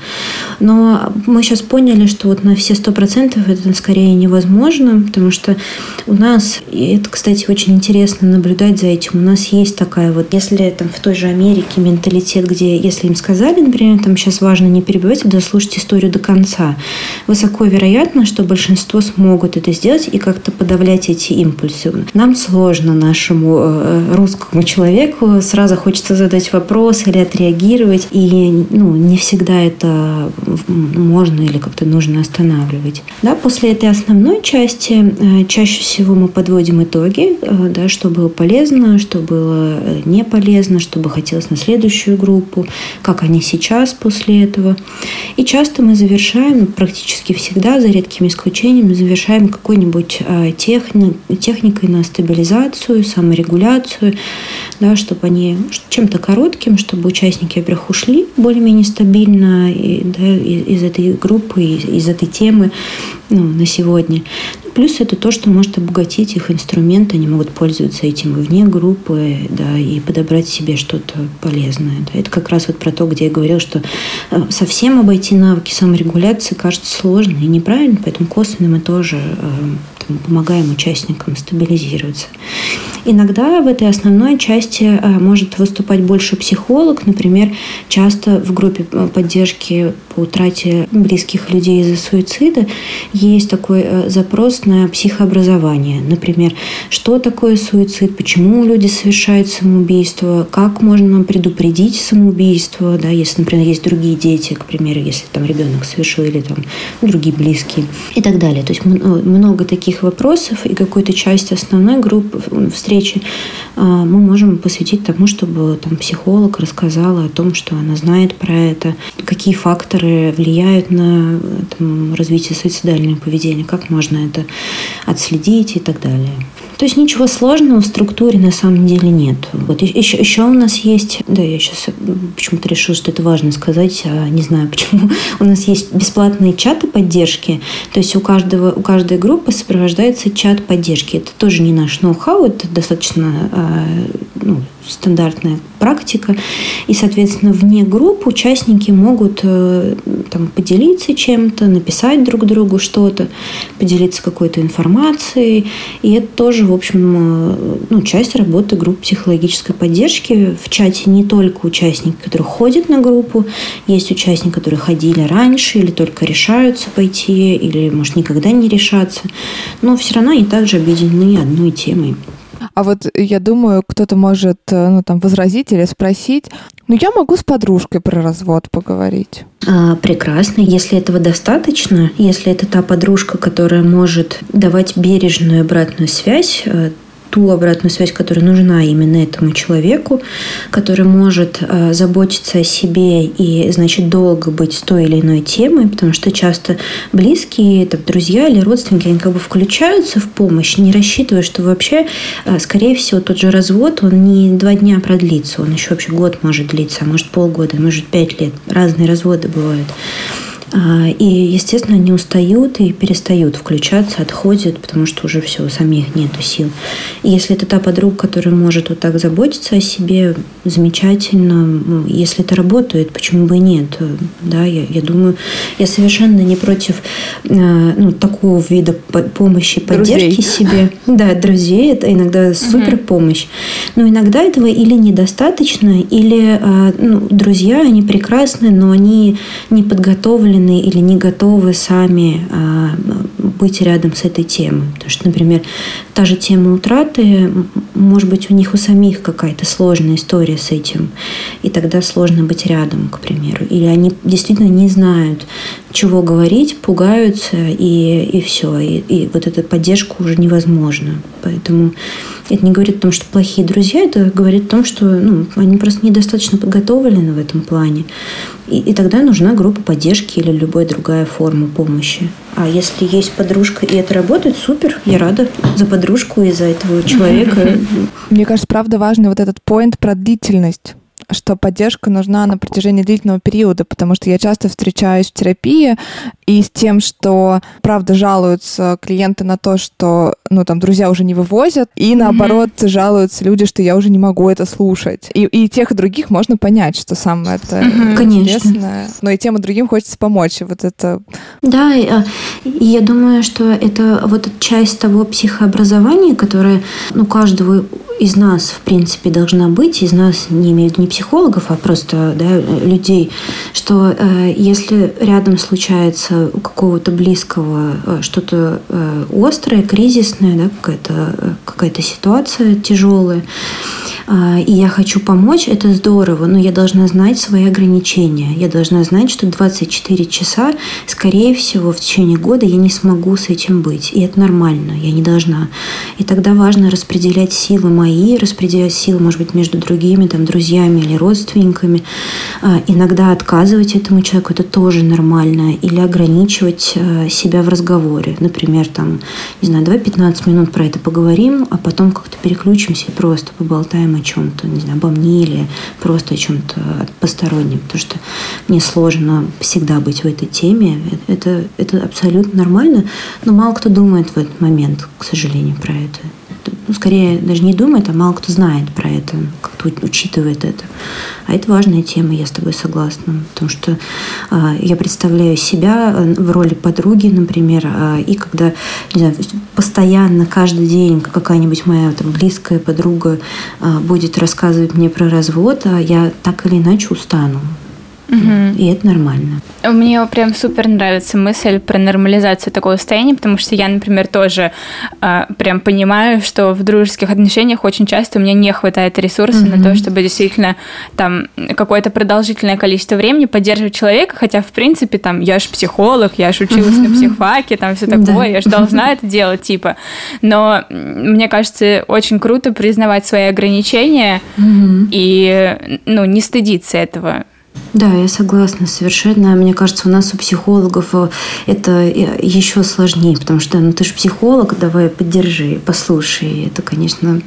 но мы сейчас поняли, что вот на все сто процентов это скорее невозможно, потому что у нас, и это, кстати, очень интересно наблюдать за этим, у нас есть такая вот, если там в той же Америке менталитет, где, если им сказали, например, там сейчас важно не перебивать, а дослушать историю до конца, высоко вероятно, что большинство смогут это сделать и как-то подавлять эти импульсы. Нам сложно, нашему русскому человеку, сразу хочется задать вопрос или отреагировать, и ну, не всегда это можно или как-то нужно останавливать. Да, после этой основной части чаще всего мы подводим итоги, да, что было полезно, что было не полезно, что бы хотелось на следующую группу, как они сейчас после этого. И часто мы завершаем, практически всегда, за редкими исключениями, завершаем какой-нибудь техни- техникой на стабилизацию, саморегуляцию, да, чтобы они чем-то коротким, чтобы участники, во-первых, ушли более-менее стабильно и, да, из этой группы, из этой темы, ну, на сегодня. Плюс это то, что может обогатить их инструмент, они могут пользоваться этим и вне группы, да, и подобрать себе что-то полезное. Да. Это как раз вот про то, где я говорила, что совсем обойти навыки саморегуляции кажется сложно и неправильно, поэтому косвенно мы тоже там, помогаем участникам стабилизироваться. Иногда в этой основной части может выступать больше психолог. Например, часто в группе поддержки по утрате близких людей из-за суицида есть такой запрос на психообразование. Например, что такое суицид, почему люди совершают самоубийство, как можно предупредить самоубийство, да, если, например, есть другие дети, к примеру, если там ребенок совершил или там другие близкие и так далее. То есть много таких вопросов, и какую-то часть основной группы встречи мы можем посвятить тому, чтобы там психолог рассказала о том, что она знает про это, какие факторы влияют на там, развитие суицидального поведения, как можно это отследить и так далее. То есть ничего сложного в структуре на самом деле нет. Вот еще, еще у нас есть, да, я сейчас почему-то решила, что это важно сказать, а не знаю почему. У нас есть бесплатные чаты поддержки, то есть у каждого, у каждой группы сопровождается чат поддержки. Это тоже не наш ноу-хау, это достаточно ну, стандартная практика. И, соответственно, вне групп участники могут там, поделиться чем-то, написать друг другу что-то, поделиться какой-то информацией. И это тоже, в общем, ну, часть работы групп психологической поддержки. В чате не только участники, которые ходят на группу, есть участники, которые ходили раньше или только решаются пойти, или, может, никогда не решатся. Но все равно они также объединены одной темой. А вот я думаю, кто-то может ну, там, возразить или спросить, ну я могу с подружкой про развод поговорить. А, прекрасно. Если этого достаточно, если это та подружка, которая может давать бережную обратную связь, ту обратную связь, которая нужна именно этому человеку, который может э, заботиться о себе и, значит, долго быть с той или иной темой, потому что часто близкие, там, друзья или родственники, они как бы включаются в помощь, не рассчитывая, что вообще, э, скорее всего, тот же развод, он не два дня продлится, он еще вообще год может длиться, а может полгода, может пять лет. Разные разводы бывают. И, естественно, они устают и перестают включаться, отходят, потому что уже все, у самих нету сил. И если это та подруга, которая может вот так заботиться о себе, замечательно. Если это работает, почему бы и нет? Да, я, я думаю, я совершенно не против ну, такого вида помощи, поддержки друзей. Себе. Да, друзей, это иногда супер помощь. Но иногда этого или недостаточно, или ну, друзья, они прекрасны, но они не подготовлены или не готовы сами а, быть рядом с этой темой. Потому что, например, та же тема утраты, может быть, у них у самих какая-то сложная история с этим, и тогда сложно быть рядом, к примеру. Или они действительно не знают, чего говорить, пугаются, и, и все. И, и вот эта поддержка уже невозможна. Поэтому это не говорит о том, что плохие друзья, это говорит о том, что ну, они просто недостаточно подготовлены в этом плане. И, и тогда нужна группа поддержки или любая другая форма помощи. А если есть подружка, и это работает, супер, я рада за подружку и за этого человека. Мне кажется, правда важный вот этот поинт про длительность, что поддержка нужна на протяжении длительного периода, потому что я часто встречаюсь в терапии и с тем, что, правда, жалуются клиенты на то, что, ну, там, друзья уже не вывозят, и, наоборот, mm-hmm. жалуются люди, что я уже не могу это слушать. И, и тех, и других можно понять, что самое это mm-hmm. интересное. Но и тем, и другим хочется помочь. И вот это... Да, и, и я думаю, что это вот часть того психообразования, которое, ну, каждого из нас, в принципе, должна быть, из нас, не имею в виду не психологов, а просто да, людей, что э, если рядом случается у какого-то близкого э, что-то э, острое, кризисное, да, какая-то, э, какая-то ситуация тяжелая, э, и я хочу помочь, это здорово, но я должна знать свои ограничения. Я должна знать, что двадцать четыре часа, скорее всего, в течение года я не смогу с этим быть. И это нормально, я не должна. И тогда важно распределять силы мои, распределять силы, может быть, между другими, там, друзьями или родственниками. А, иногда отказывать этому человеку, это тоже нормально. Или ограничивать а, себя в разговоре. Например, там, не знаю, давай пятнадцать минут про это поговорим, а потом как-то переключимся и просто поболтаем о чем-то, не знаю, обо мне или просто о чем-то постороннем. Потому что мне сложно всегда быть в этой теме. Это, это абсолютно нормально, но мало кто думает в этот момент, к сожалению, про это. Ну, скорее, даже не думает, а мало кто знает про это, как-то учитывает это. А это важная тема, я с тобой согласна. Потому что э, я представляю себя в роли подруги, например, э, и когда, не знаю, постоянно, каждый день какая-нибудь моя там, близкая подруга э, будет рассказывать мне про развод, а я так или иначе устану. Угу. И это нормально. Мне прям супер нравится мысль про нормализацию такого состояния, потому что я, например, тоже э, прям понимаю, что в дружеских отношениях очень часто у меня не хватает ресурса угу. на то, чтобы действительно там какое-то продолжительное количество времени поддерживать человека, хотя, в принципе, там, я же психолог, я же училась угу. на психфаке, там, все такое, да. я же должна это делать, типа. Но мне кажется, очень круто признавать свои ограничения угу. и, ну, не стыдиться этого. Да, я согласна совершенно. Мне кажется, у нас у психологов это еще сложнее, потому что ну, ты же психолог, давай поддержи, послушай. Это, конечно,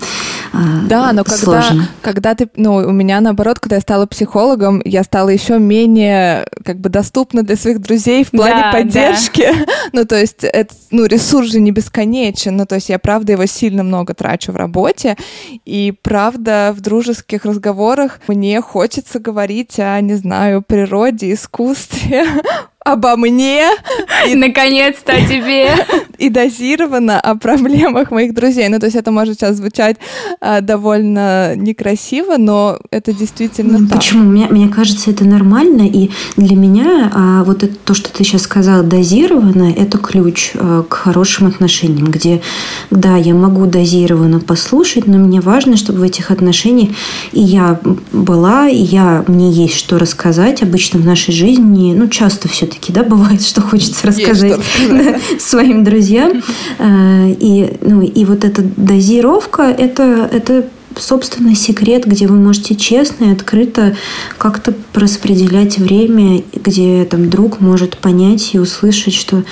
да, но сложно. Когда, когда ты, ну, у меня наоборот, когда я стала психологом, я стала еще менее как бы доступна для своих друзей в плане да, поддержки. Да. Ну, то есть, это, ну, ресурс же не бесконечен. Ну, то есть, я, правда, его сильно много трачу в работе. И, правда, в дружеских разговорах мне хочется говорить о, не знаю, природе, искусстве, обо мне. И, наконец-то о тебе. И дозированно о проблемах моих друзей. Ну, то есть это может сейчас звучать а, довольно некрасиво, но это действительно ну, так. Почему? Мне, мне кажется, это нормально. И для меня а, вот это, то, что ты сейчас сказала, дозированно, это ключ а, к хорошим отношениям, где, да, я могу дозированно послушать, но мне важно, чтобы в этих отношениях и я была, и я, мне есть что рассказать. Обычно в нашей жизни, ну, часто все таки, да, бывает, что хочется рассказать, что да, своим друзьям. И, ну, и вот эта дозировка, это, это собственный секрет, где вы можете честно и открыто как-то распределять время, где там друг может понять и услышать, что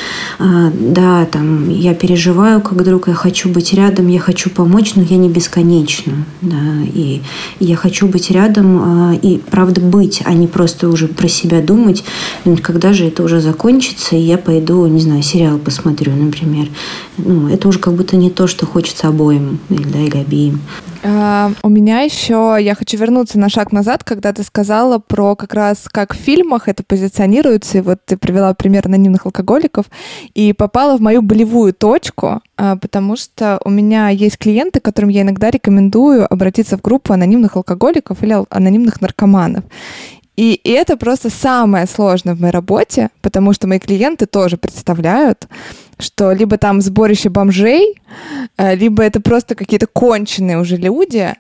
да, там я переживаю как друг, я хочу быть рядом, я хочу помочь, но я не бесконечна. Да, и, и я хочу быть рядом и, правда, быть, а не просто уже про себя думать, думать, когда же это уже закончится, и я пойду, не знаю, сериал посмотрю, например. Ну, это уже как будто не то, что хочется обоим, или, да, или обеим. Uh, у меня еще, я хочу вернуться на шаг назад, когда ты сказала про как раз как в фильмах это позиционируется, и вот ты привела пример анонимных алкоголиков, и попала в мою болевую точку, uh, потому что у меня есть клиенты, которым я иногда рекомендую обратиться в группу анонимных алкоголиков или анонимных наркоманов. И, и это просто самое сложное в моей работе, потому что мои клиенты тоже представляют, что либо там сборище бомжей, либо это просто какие-то конченые уже люди.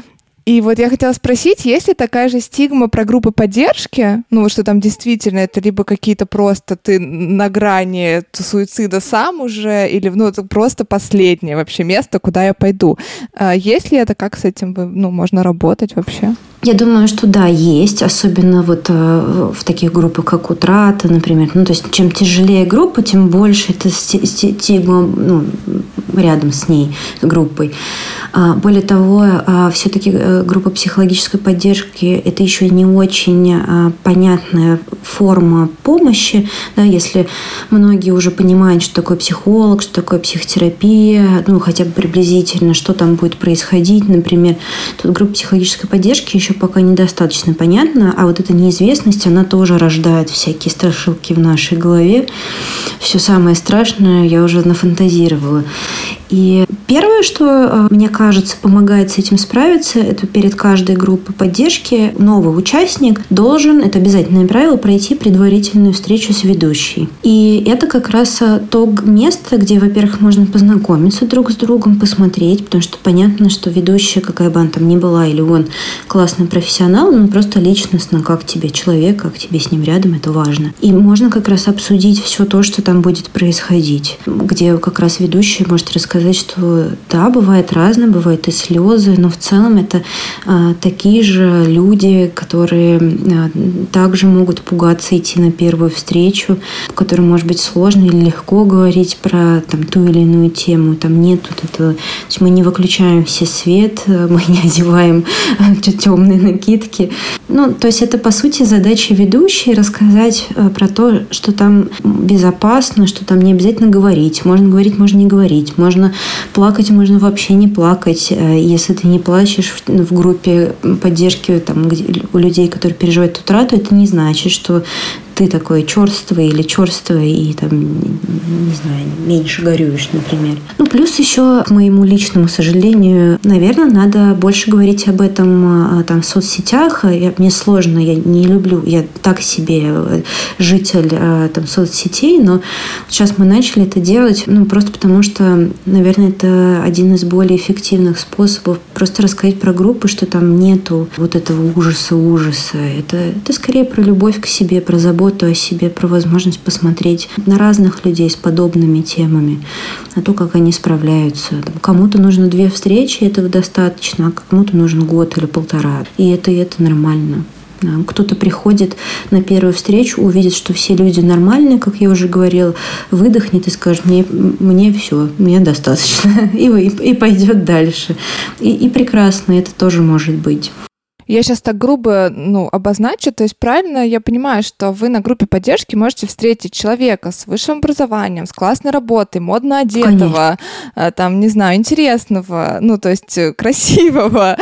И вот я хотела спросить, есть ли такая же стигма про группы поддержки? Ну, вот что там действительно это либо какие-то просто ты на грани суицида сам уже, или ну, это просто последнее вообще место, куда я пойду. Есть ли это, как с этим ну, можно работать вообще? Я думаю, что да, есть, особенно вот э, в таких группах, как «Утрата», например. Ну, то есть, чем тяжелее группа, тем больше это стигма ну, рядом с ней, с группой. А, более того, а, все-таки группа психологической поддержки – это еще не очень а, понятная форма помощи. Да, если многие уже понимают, что такое психолог, что такое психотерапия, ну, хотя бы приблизительно, что там будет происходить, например. Тут группа психологической поддержки еще пока недостаточно понятно, а вот эта неизвестность, она тоже рождает всякие страшилки в нашей голове. Все самое страшное я уже нафантазировала. И первое, что, мне кажется, помогает с этим справиться, это перед каждой группой поддержки новый участник должен, это обязательное правило, пройти предварительную встречу с ведущей. И это как раз то место, где, во-первых, можно познакомиться друг с другом, посмотреть, потому что понятно, что ведущая, какая бы она там ни была, или он классный профессионал, но просто личностно, как тебе человек, как тебе с ним рядом, это важно. И можно как раз обсудить все то, что там будет происходить, где как раз ведущая может рассказать, сказать, что да, бывает разное, бывают и слезы, но в целом это а, такие же люди, которые а, также могут пугаться идти на первую встречу, которым может быть сложно или легко говорить про там, ту или иную тему. Там нет тут этого. То есть мы не выключаем все свет, мы не одеваем темные накидки. Ну, то есть это, по сути, задача ведущей рассказать про то, что там безопасно, что там не обязательно говорить. Можно говорить, можно не говорить. Можно плакать, можно вообще не плакать. Если ты не плачешь в группе поддержки там, у людей, которые переживают утрату, это не значит, что ты такой черствый или черствый и там, не знаю, меньше горюешь, например. Ну, плюс еще, к моему личному сожалению, наверное, надо больше говорить об этом там в соцсетях. Я, мне сложно, я не люблю, я так себе житель там соцсетей, но сейчас мы начали это делать, ну, просто потому что, наверное, это один из более эффективных способов просто рассказать про группы, что там нету вот этого ужаса-ужаса. Это, это скорее про любовь к себе, про заботу о себе, про возможность посмотреть на разных людей с подобными темами, на то, как они справляются. Кому-то нужно две встречи, этого достаточно, а кому-то нужен год или полтора. И это, и это нормально. Кто-то приходит на первую встречу, увидит, что все люди нормальные, как я уже говорила, выдохнет и скажет: мне, мне все, мне достаточно, и, и, и пойдет дальше. И, и прекрасно, это тоже может быть. Я сейчас так грубо ну, обозначу, то есть правильно я понимаю, что вы на группе поддержки можете встретить человека с высшим образованием, с классной работой, модно одетого, Конечно. Там, не знаю, интересного, ну, то есть красивого,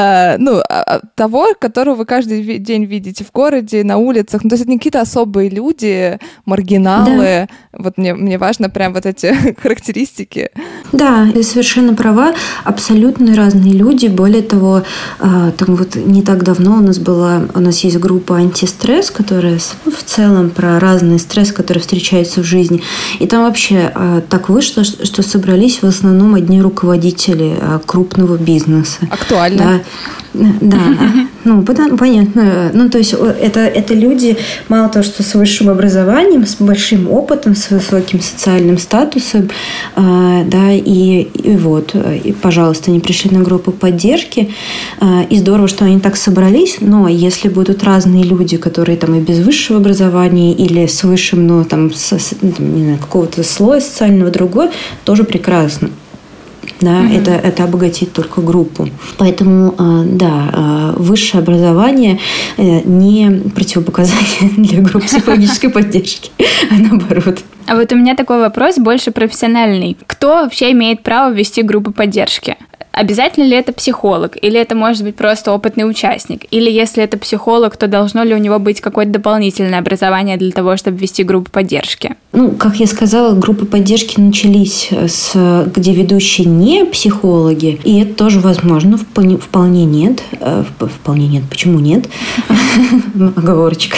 ну, того, которого вы каждый день видите в городе, на улицах. Ну, то есть это не какие-то особые люди, маргиналы. Да. Вот мне, мне важно прям вот эти характеристики. Да, ты совершенно права. Абсолютно разные люди. Более того, там вот не так давно у нас была, у нас есть группа «Антистресс», которая ну, в целом про разный стресс, который встречается в жизни. И там вообще так вышло, что собрались в основном одни руководители крупного бизнеса. Актуально. Да, да. Ну, понятно. Ну, то есть это, это люди, мало того, что с высшим образованием, с большим опытом, с высоким социальным статусом, э, да, и, и вот, и, пожалуйста, они пришли на группу поддержки, э, и здорово, что они так собрались, но если будут разные люди, которые там и без высшего образования или с высшим, ну, там, с, с, не знаю, какого-то слоя социального другой, тоже прекрасно. Да, mm-hmm. это, это обогатит только группу. Поэтому, да, высшее образование не противопоказание для групп психологической поддержки, а наоборот. А вот у меня такой вопрос больше профессиональный. Кто вообще имеет право вести группу поддержки? Обязательно ли это психолог? Или это может быть просто опытный участник? Или если это психолог, то должно ли у него быть какое-то дополнительное образование для того, чтобы вести группу поддержки? Ну, как я сказала, группы поддержки начались с, где ведущие не психологи, и это тоже возможно, вполне нет. Вполне нет. Почему нет? Оговорочка.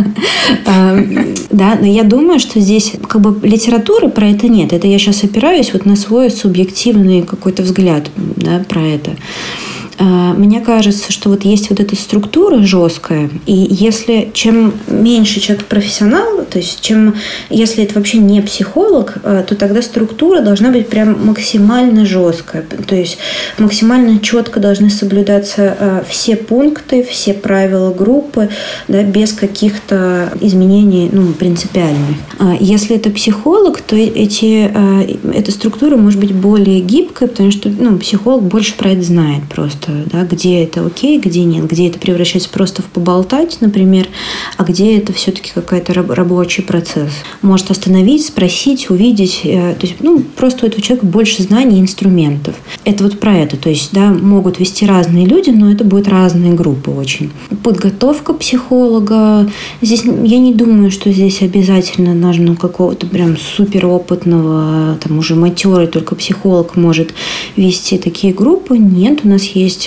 Да, но я думаю, что здесь как бы литературы про это нет. Это я сейчас опираюсь вот на свой субъективный какой-то взгляд, да, про это. Мне кажется, что вот есть вот эта структура жесткая, и если чем меньше человек профессионал, то есть чем, если это вообще не психолог, то тогда структура должна быть прям максимально жесткая, то есть максимально четко должны соблюдаться все пункты, все правила группы, да, без каких-то изменений, ну, принципиальных. Если это психолог, то эти, эта структура может быть более гибкой, потому что, ну, психолог больше про это знает просто. Да, где это окей, где нет, где это превращается просто в поболтать, например, а где это все-таки какой-то рабочий процесс. Может остановить, спросить, увидеть. То есть, ну, просто у этого человека больше знаний и инструментов. Это вот про это. То есть, да, могут вести разные люди, но это будут разные группы очень. Подготовка психолога. Здесь я не думаю, что здесь обязательно нужно какого-то прям суперопытного, там уже матерый только психолог может вести такие группы. Нет, у нас есть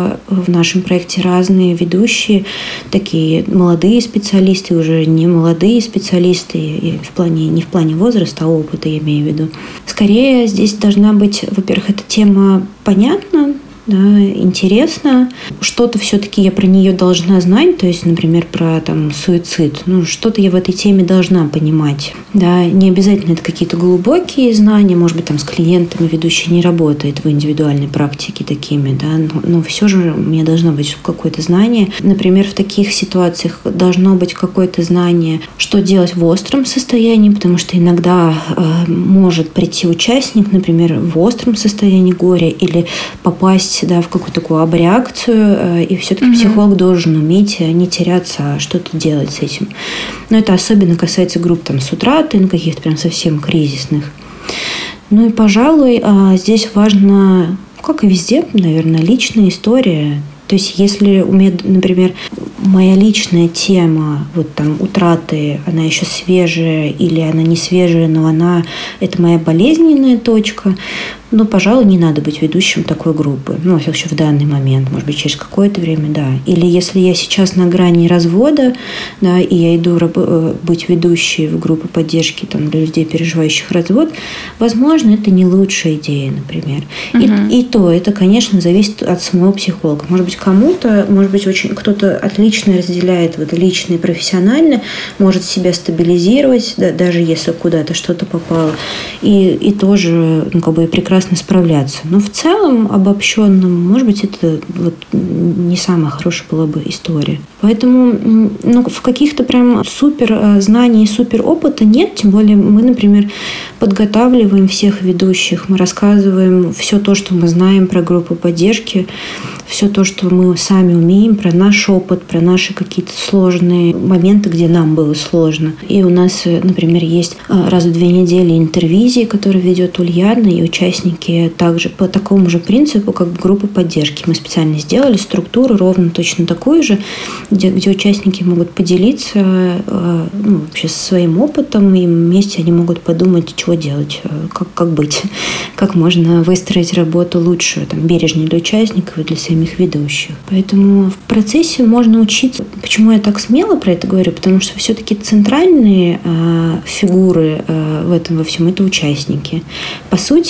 в нашем проекте разные ведущие, такие молодые специалисты, уже не молодые специалисты, и в плане, не в плане возраста, а опыта, я имею в виду. Скорее, здесь должна быть, во-первых, эта тема понятна, да, интересно. Что-то все-таки я про нее должна знать, то есть, например, про там, суицид. Ну, что-то я в этой теме должна понимать. Да, не обязательно это какие-то глубокие знания, может быть, там с клиентами ведущий не работает в индивидуальной практике такими, да, но, но все же у меня должно быть какое-то знание. Например, в таких ситуациях должно быть какое-то знание, что делать в остром состоянии, потому что иногда э, может прийти участник, например, в остром состоянии горя или попасть, да, в какую-то такую абреакцию, и все-таки mm-hmm. психолог должен уметь не теряться, а что-то делать с этим. Но это особенно касается групп там, с утратой, ну, каких-то прям совсем кризисных. Ну и, пожалуй, здесь важно, как и везде, наверное, личная история. То есть, если у меня, например, моя личная тема, вот там, утраты, она еще свежая или она не свежая, но она, это моя болезненная точка, ну, пожалуй, не надо быть ведущим такой группы. Ну, во всяком случае, в данный момент, может быть, через какое-то время, да. Или если я сейчас на грани развода, да, и я иду раб- быть ведущей в группу поддержки там, для людей, переживающих развод, возможно, это не лучшая идея, например. Uh-huh. И, и то, это, конечно, зависит от самого психолога. Может быть, кому-то, может быть, очень кто-то отлично разделяет вот лично и профессионально, может себя стабилизировать, да, даже если куда-то что-то попало, и, и тоже, ну, как бы прекрасно справляться. Но в целом, обобщенном, может быть, это вот не самая хорошая была бы история. Поэтому, ну, в каких-то прям супер знаний, супер опыта нет. Тем более мы, например, подготавливаем всех ведущих, мы рассказываем все то, что мы знаем про группу поддержки, все то, что мы сами умеем, про наш опыт, про наши какие-то сложные моменты, где нам было сложно. И у нас, например, есть раз в две недели интервизии, которые ведет Ульяна, и участники также по такому же принципу, как группа поддержки. Мы специально сделали структуру ровно точно такую же, где, где участники могут поделиться, ну, вообще своим опытом, и вместе они могут подумать, чего делать, как, как быть, как можно выстроить работу лучше, там, бережнее для участников и для самих ведущих. Поэтому в процессе можно учиться. Почему я так смело про это говорю? Потому что все-таки центральные э, фигуры э, в этом во всем — это участники. По сути,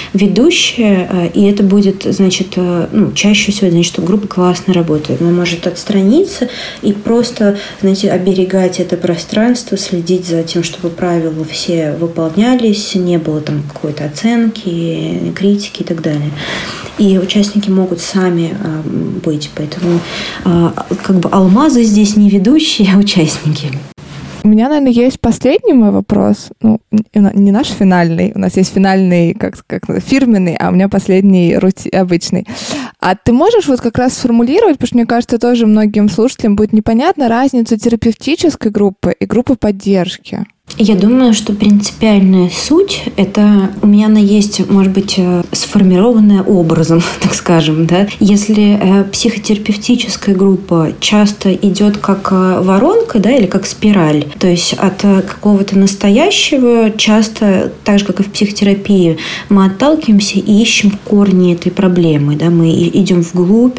ведущая, и это будет, значит, ну, чаще всего, значит, что группа классно работает. Она может отстраниться и просто, знаете, оберегать это пространство, следить за тем, чтобы правила все выполнялись, не было там какой-то оценки, критики и так далее. И участники могут сами э, быть. Поэтому э, как бы алмазы здесь не ведущие, а участники. У меня, наверное, есть последний мой вопрос. Ну, не наш финальный. У нас есть финальный, как, как фирменный, а у меня последний рути, обычный. А ты можешь вот как раз сформулировать, потому что, мне кажется, тоже многим слушателям будет непонятна разница терапевтической группы и группы поддержки. Я думаю, что принципиальная суть – это у меня она есть, может быть, сформированная образом, так скажем. Да? Если э, психотерапевтическая группа часто идет как воронка, да, или как спираль, то есть от какого-то настоящего часто, так же, как и в психотерапии, мы отталкиваемся и ищем корни этой проблемы. Да? Мы идем вглубь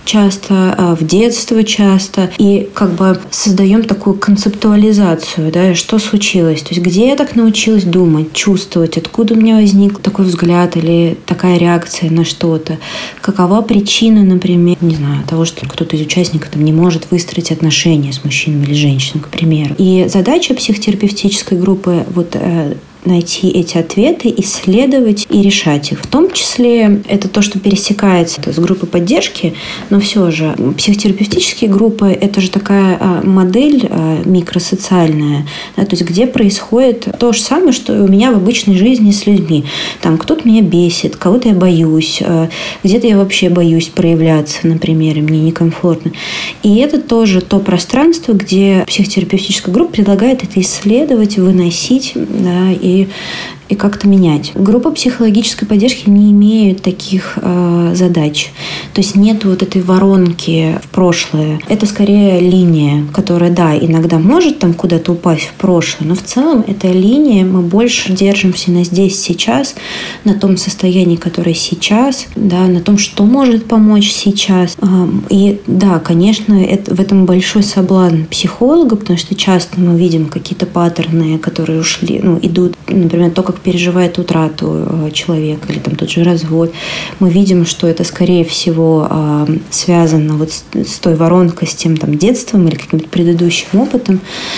часто, в детство часто, и как бы создаем такую концептуализацию, да, что случилось. То есть где я так научилась думать, чувствовать, откуда у меня возник такой взгляд или такая реакция на что-то, какова причина, например, не знаю, того, что кто-то из участников там не может выстроить отношения с мужчиной или женщиной, к примеру. И задача психотерапевтической группы вот найти эти ответы, исследовать и решать их. В том числе это то, что пересекается с группой поддержки, но все же психотерапевтические группы – это же такая модель микросоциальная, да, то есть где происходит то же самое, что и у меня в обычной жизни с людьми. Там кто-то меня бесит, кого-то я боюсь, где-то я вообще боюсь проявляться, например, и мне некомфортно. И это тоже то пространство, где психотерапевтическая группа предлагает это исследовать, выносить, да, и И, и как-то менять. Группа психологической поддержки не имеет таких э, задач. То есть нет вот этой воронки в прошлое. Это скорее линия, которая, да, иногда может там куда-то упасть в прошлое, но в целом эта линия, мы больше держимся на здесь, сейчас, на том состоянии, которое сейчас, да, на том, что может помочь сейчас. И да, конечно, это, в этом большой соблазн психолога, потому что часто мы видим какие-то паттерны, которые ушли, ну, идут, например, то, как переживает утрату человека или там тот же развод. Мы видим, что это, скорее всего, связано вот с, с той воронкой, с тем там детством или каким-то предыдущим опытом.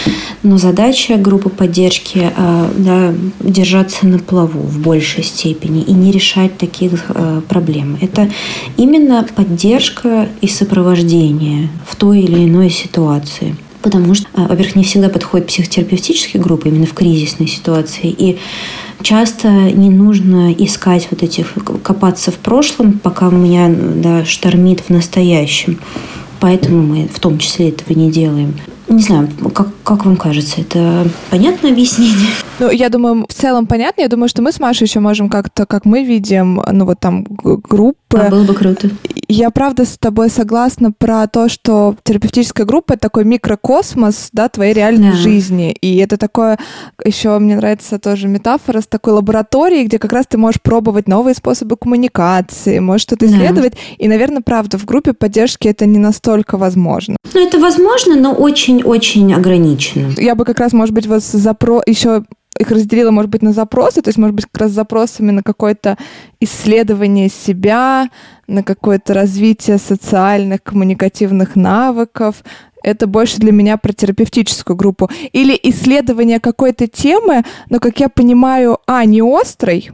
Но задача группы поддержки, да, держаться на плаву в большей степени и не решать таких проблем. Это именно поддержка и сопровождение в той или иной ситуации. Потому что, во-первых, не всегда подходят психотерапевтические группы именно в кризисной ситуации. И часто не нужно искать вот этих, копаться в прошлом, пока меня, да, штормит в настоящем. Поэтому мы в том числе этого не делаем. Не знаю, как, как вам кажется, это понятное объяснение? Ну, я думаю, в целом понятно. Я думаю, что мы с Машей еще можем как-то, как мы видим, ну, вот там группы. А, было бы круто. Я, правда, с тобой согласна про то, что терапевтическая группа — это такой микрокосмос, да, твоей реальной да. жизни. И это такое, еще мне нравится тоже метафора с такой лабораторией, где как раз ты можешь пробовать новые способы коммуникации, можешь что-то исследовать. Да. И, наверное, правда, в группе поддержки это не настолько возможно. Ну, это возможно, но очень-очень ограничено. Я бы как раз, может быть, вот запро... еще их разделила, может быть, на запросы, то есть, может быть, как раз запросами на какое-то исследование себя, на какое-то развитие социальных, коммуникативных навыков. Это больше для меня про терапевтическую группу. Или исследование какой-то темы, но, как я понимаю, а, не острой,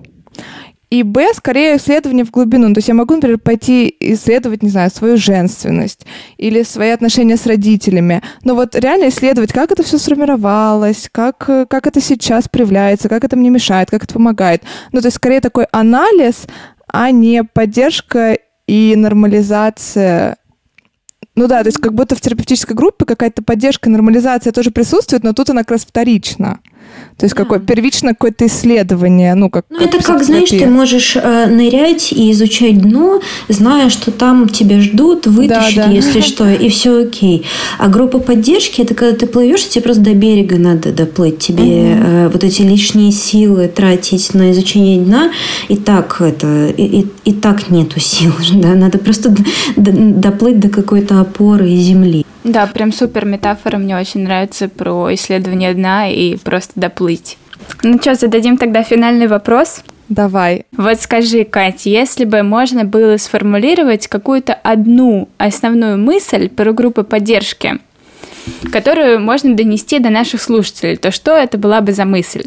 и б, скорее, исследование в глубину. То есть я могу, например, пойти исследовать, не знаю, свою женственность или свои отношения с родителями. Но вот реально исследовать, как это все сформировалось, как, как это сейчас проявляется, как это мне мешает, как это помогает. Ну, то есть скорее такой анализ, а не поддержка и нормализация. Ну да, то есть как будто в терапевтической группе какая-то поддержка, нормализация тоже присутствует, но тут она как раз вторична. То есть да. какое, первично какое-то исследование. Ну, как, ну как это как, знаешь, ты можешь э, нырять и изучать дно, зная, что там тебя ждут, вытащат, да, да. если что, и все окей. А группа поддержки – это когда ты плывешь, тебе просто до берега надо доплыть. Тебе угу. э, вот эти лишние силы тратить на изучение дна, и так, это, и, и, и так нету сил. Да? Надо просто д- д- доплыть до какой-то опоры и земли. Да, прям супер метафора, мне очень нравится про исследование дна и просто доплыть. Ну что, зададим тогда финальный вопрос. Давай. Вот скажи, Катя, если бы можно было сформулировать какую-то одну основную мысль про группы поддержки, которую можно донести до наших слушателей, то что это была бы за мысль?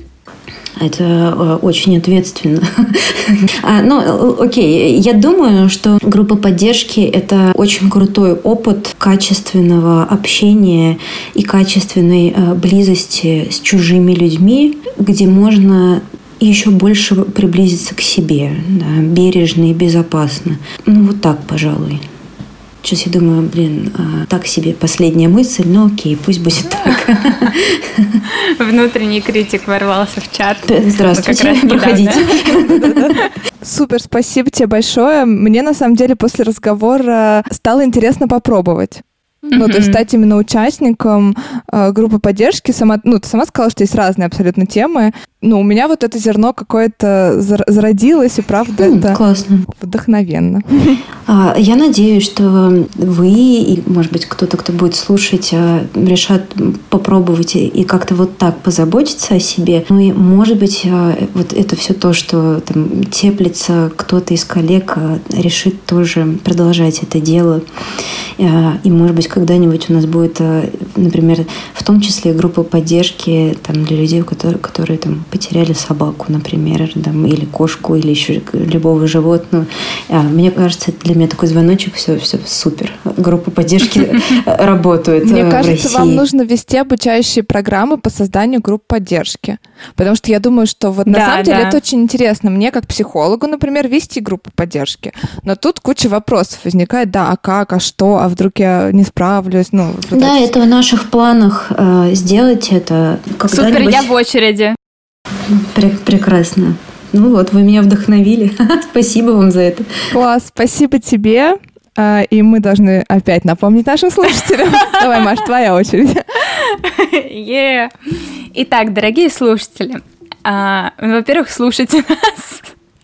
Это очень ответственно. Ну, окей, я думаю, что группа поддержки – это очень крутой опыт качественного общения и качественной близости с чужими людьми, где можно еще больше приблизиться к себе, да, бережно и безопасно. Ну, вот так, пожалуй. Сейчас я думаю, блин, так себе последняя мысль, но окей, пусть будет так. Внутренний критик ворвался в чат. Здравствуйте, проходите. Супер, спасибо тебе большое. Мне, на самом деле, после разговора стало интересно попробовать. Mm-hmm. Ну, то есть стать именно участником э, группы поддержки. Сама, ну, ты сама сказала, что есть разные абсолютно темы. Ну, у меня вот это зерно какое-то зародилось, и правда mm, это классно. Вдохновенно. А, я надеюсь, что вы и, может быть, кто-то, кто будет слушать, решат попробовать и как-то вот так позаботиться о себе. Ну и, может быть, вот это все то, что там теплится, кто-то из коллег решит тоже продолжать это дело. И, может быть, когда-нибудь у нас будет, например, в том числе группа поддержки там, для людей, которые, которые там, потеряли собаку, например, там, или кошку, или еще любого животного. Мне кажется, это для меня такой звоночек, все, все супер. Группа поддержки работает в России. Мне кажется, вам нужно вести обучающие программы по созданию групп поддержки. Потому что я думаю, что вот на самом деле это очень интересно. Мне, как психологу, например, вести группу поддержки. Но тут куча вопросов возникает. Да, а как, а что, а вдруг я не справлюсь? Ну, да, это в наших планах э, сделать это когда-нибудь. Супер, я в очереди. Прекрасно. Ну вот, вы меня вдохновили. Спасибо вам за это. Класс, спасибо тебе. И мы должны опять напомнить нашим слушателям. Давай, Маш, твоя очередь. Yeah. Итак, дорогие слушатели, во-первых, слушайте нас.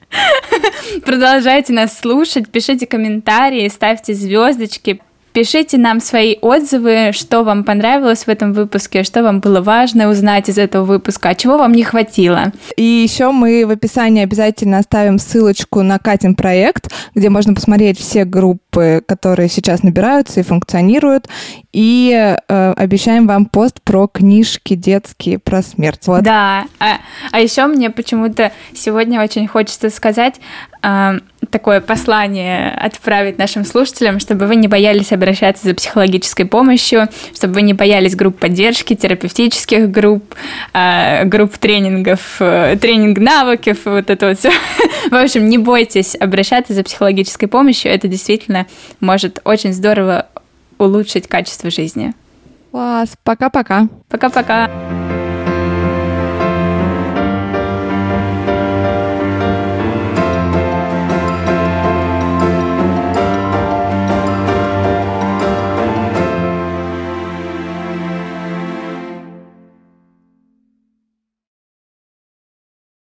Продолжайте нас слушать, пишите комментарии, ставьте звездочки. Пишите нам свои отзывы, что вам понравилось в этом выпуске, что вам было важно узнать из этого выпуска, а чего вам не хватило. И еще мы в описании обязательно оставим ссылочку на Катин проект, где можно посмотреть все группы, которые сейчас набираются и функционируют. И э, обещаем вам пост про книжки детские, про смерть. Вот. Да, а, а еще мне почему-то сегодня очень хочется сказать э, такое послание отправить нашим слушателям, чтобы вы не боялись обращаться за психологической помощью, чтобы вы не боялись групп поддержки, терапевтических групп, э, групп тренингов, э, тренинг навыков, вот это вот все. В общем, не бойтесь обращаться за психологической помощью, это действительно может очень здорово улучшить качество жизни. Класс, пока-пока. Пока-пока.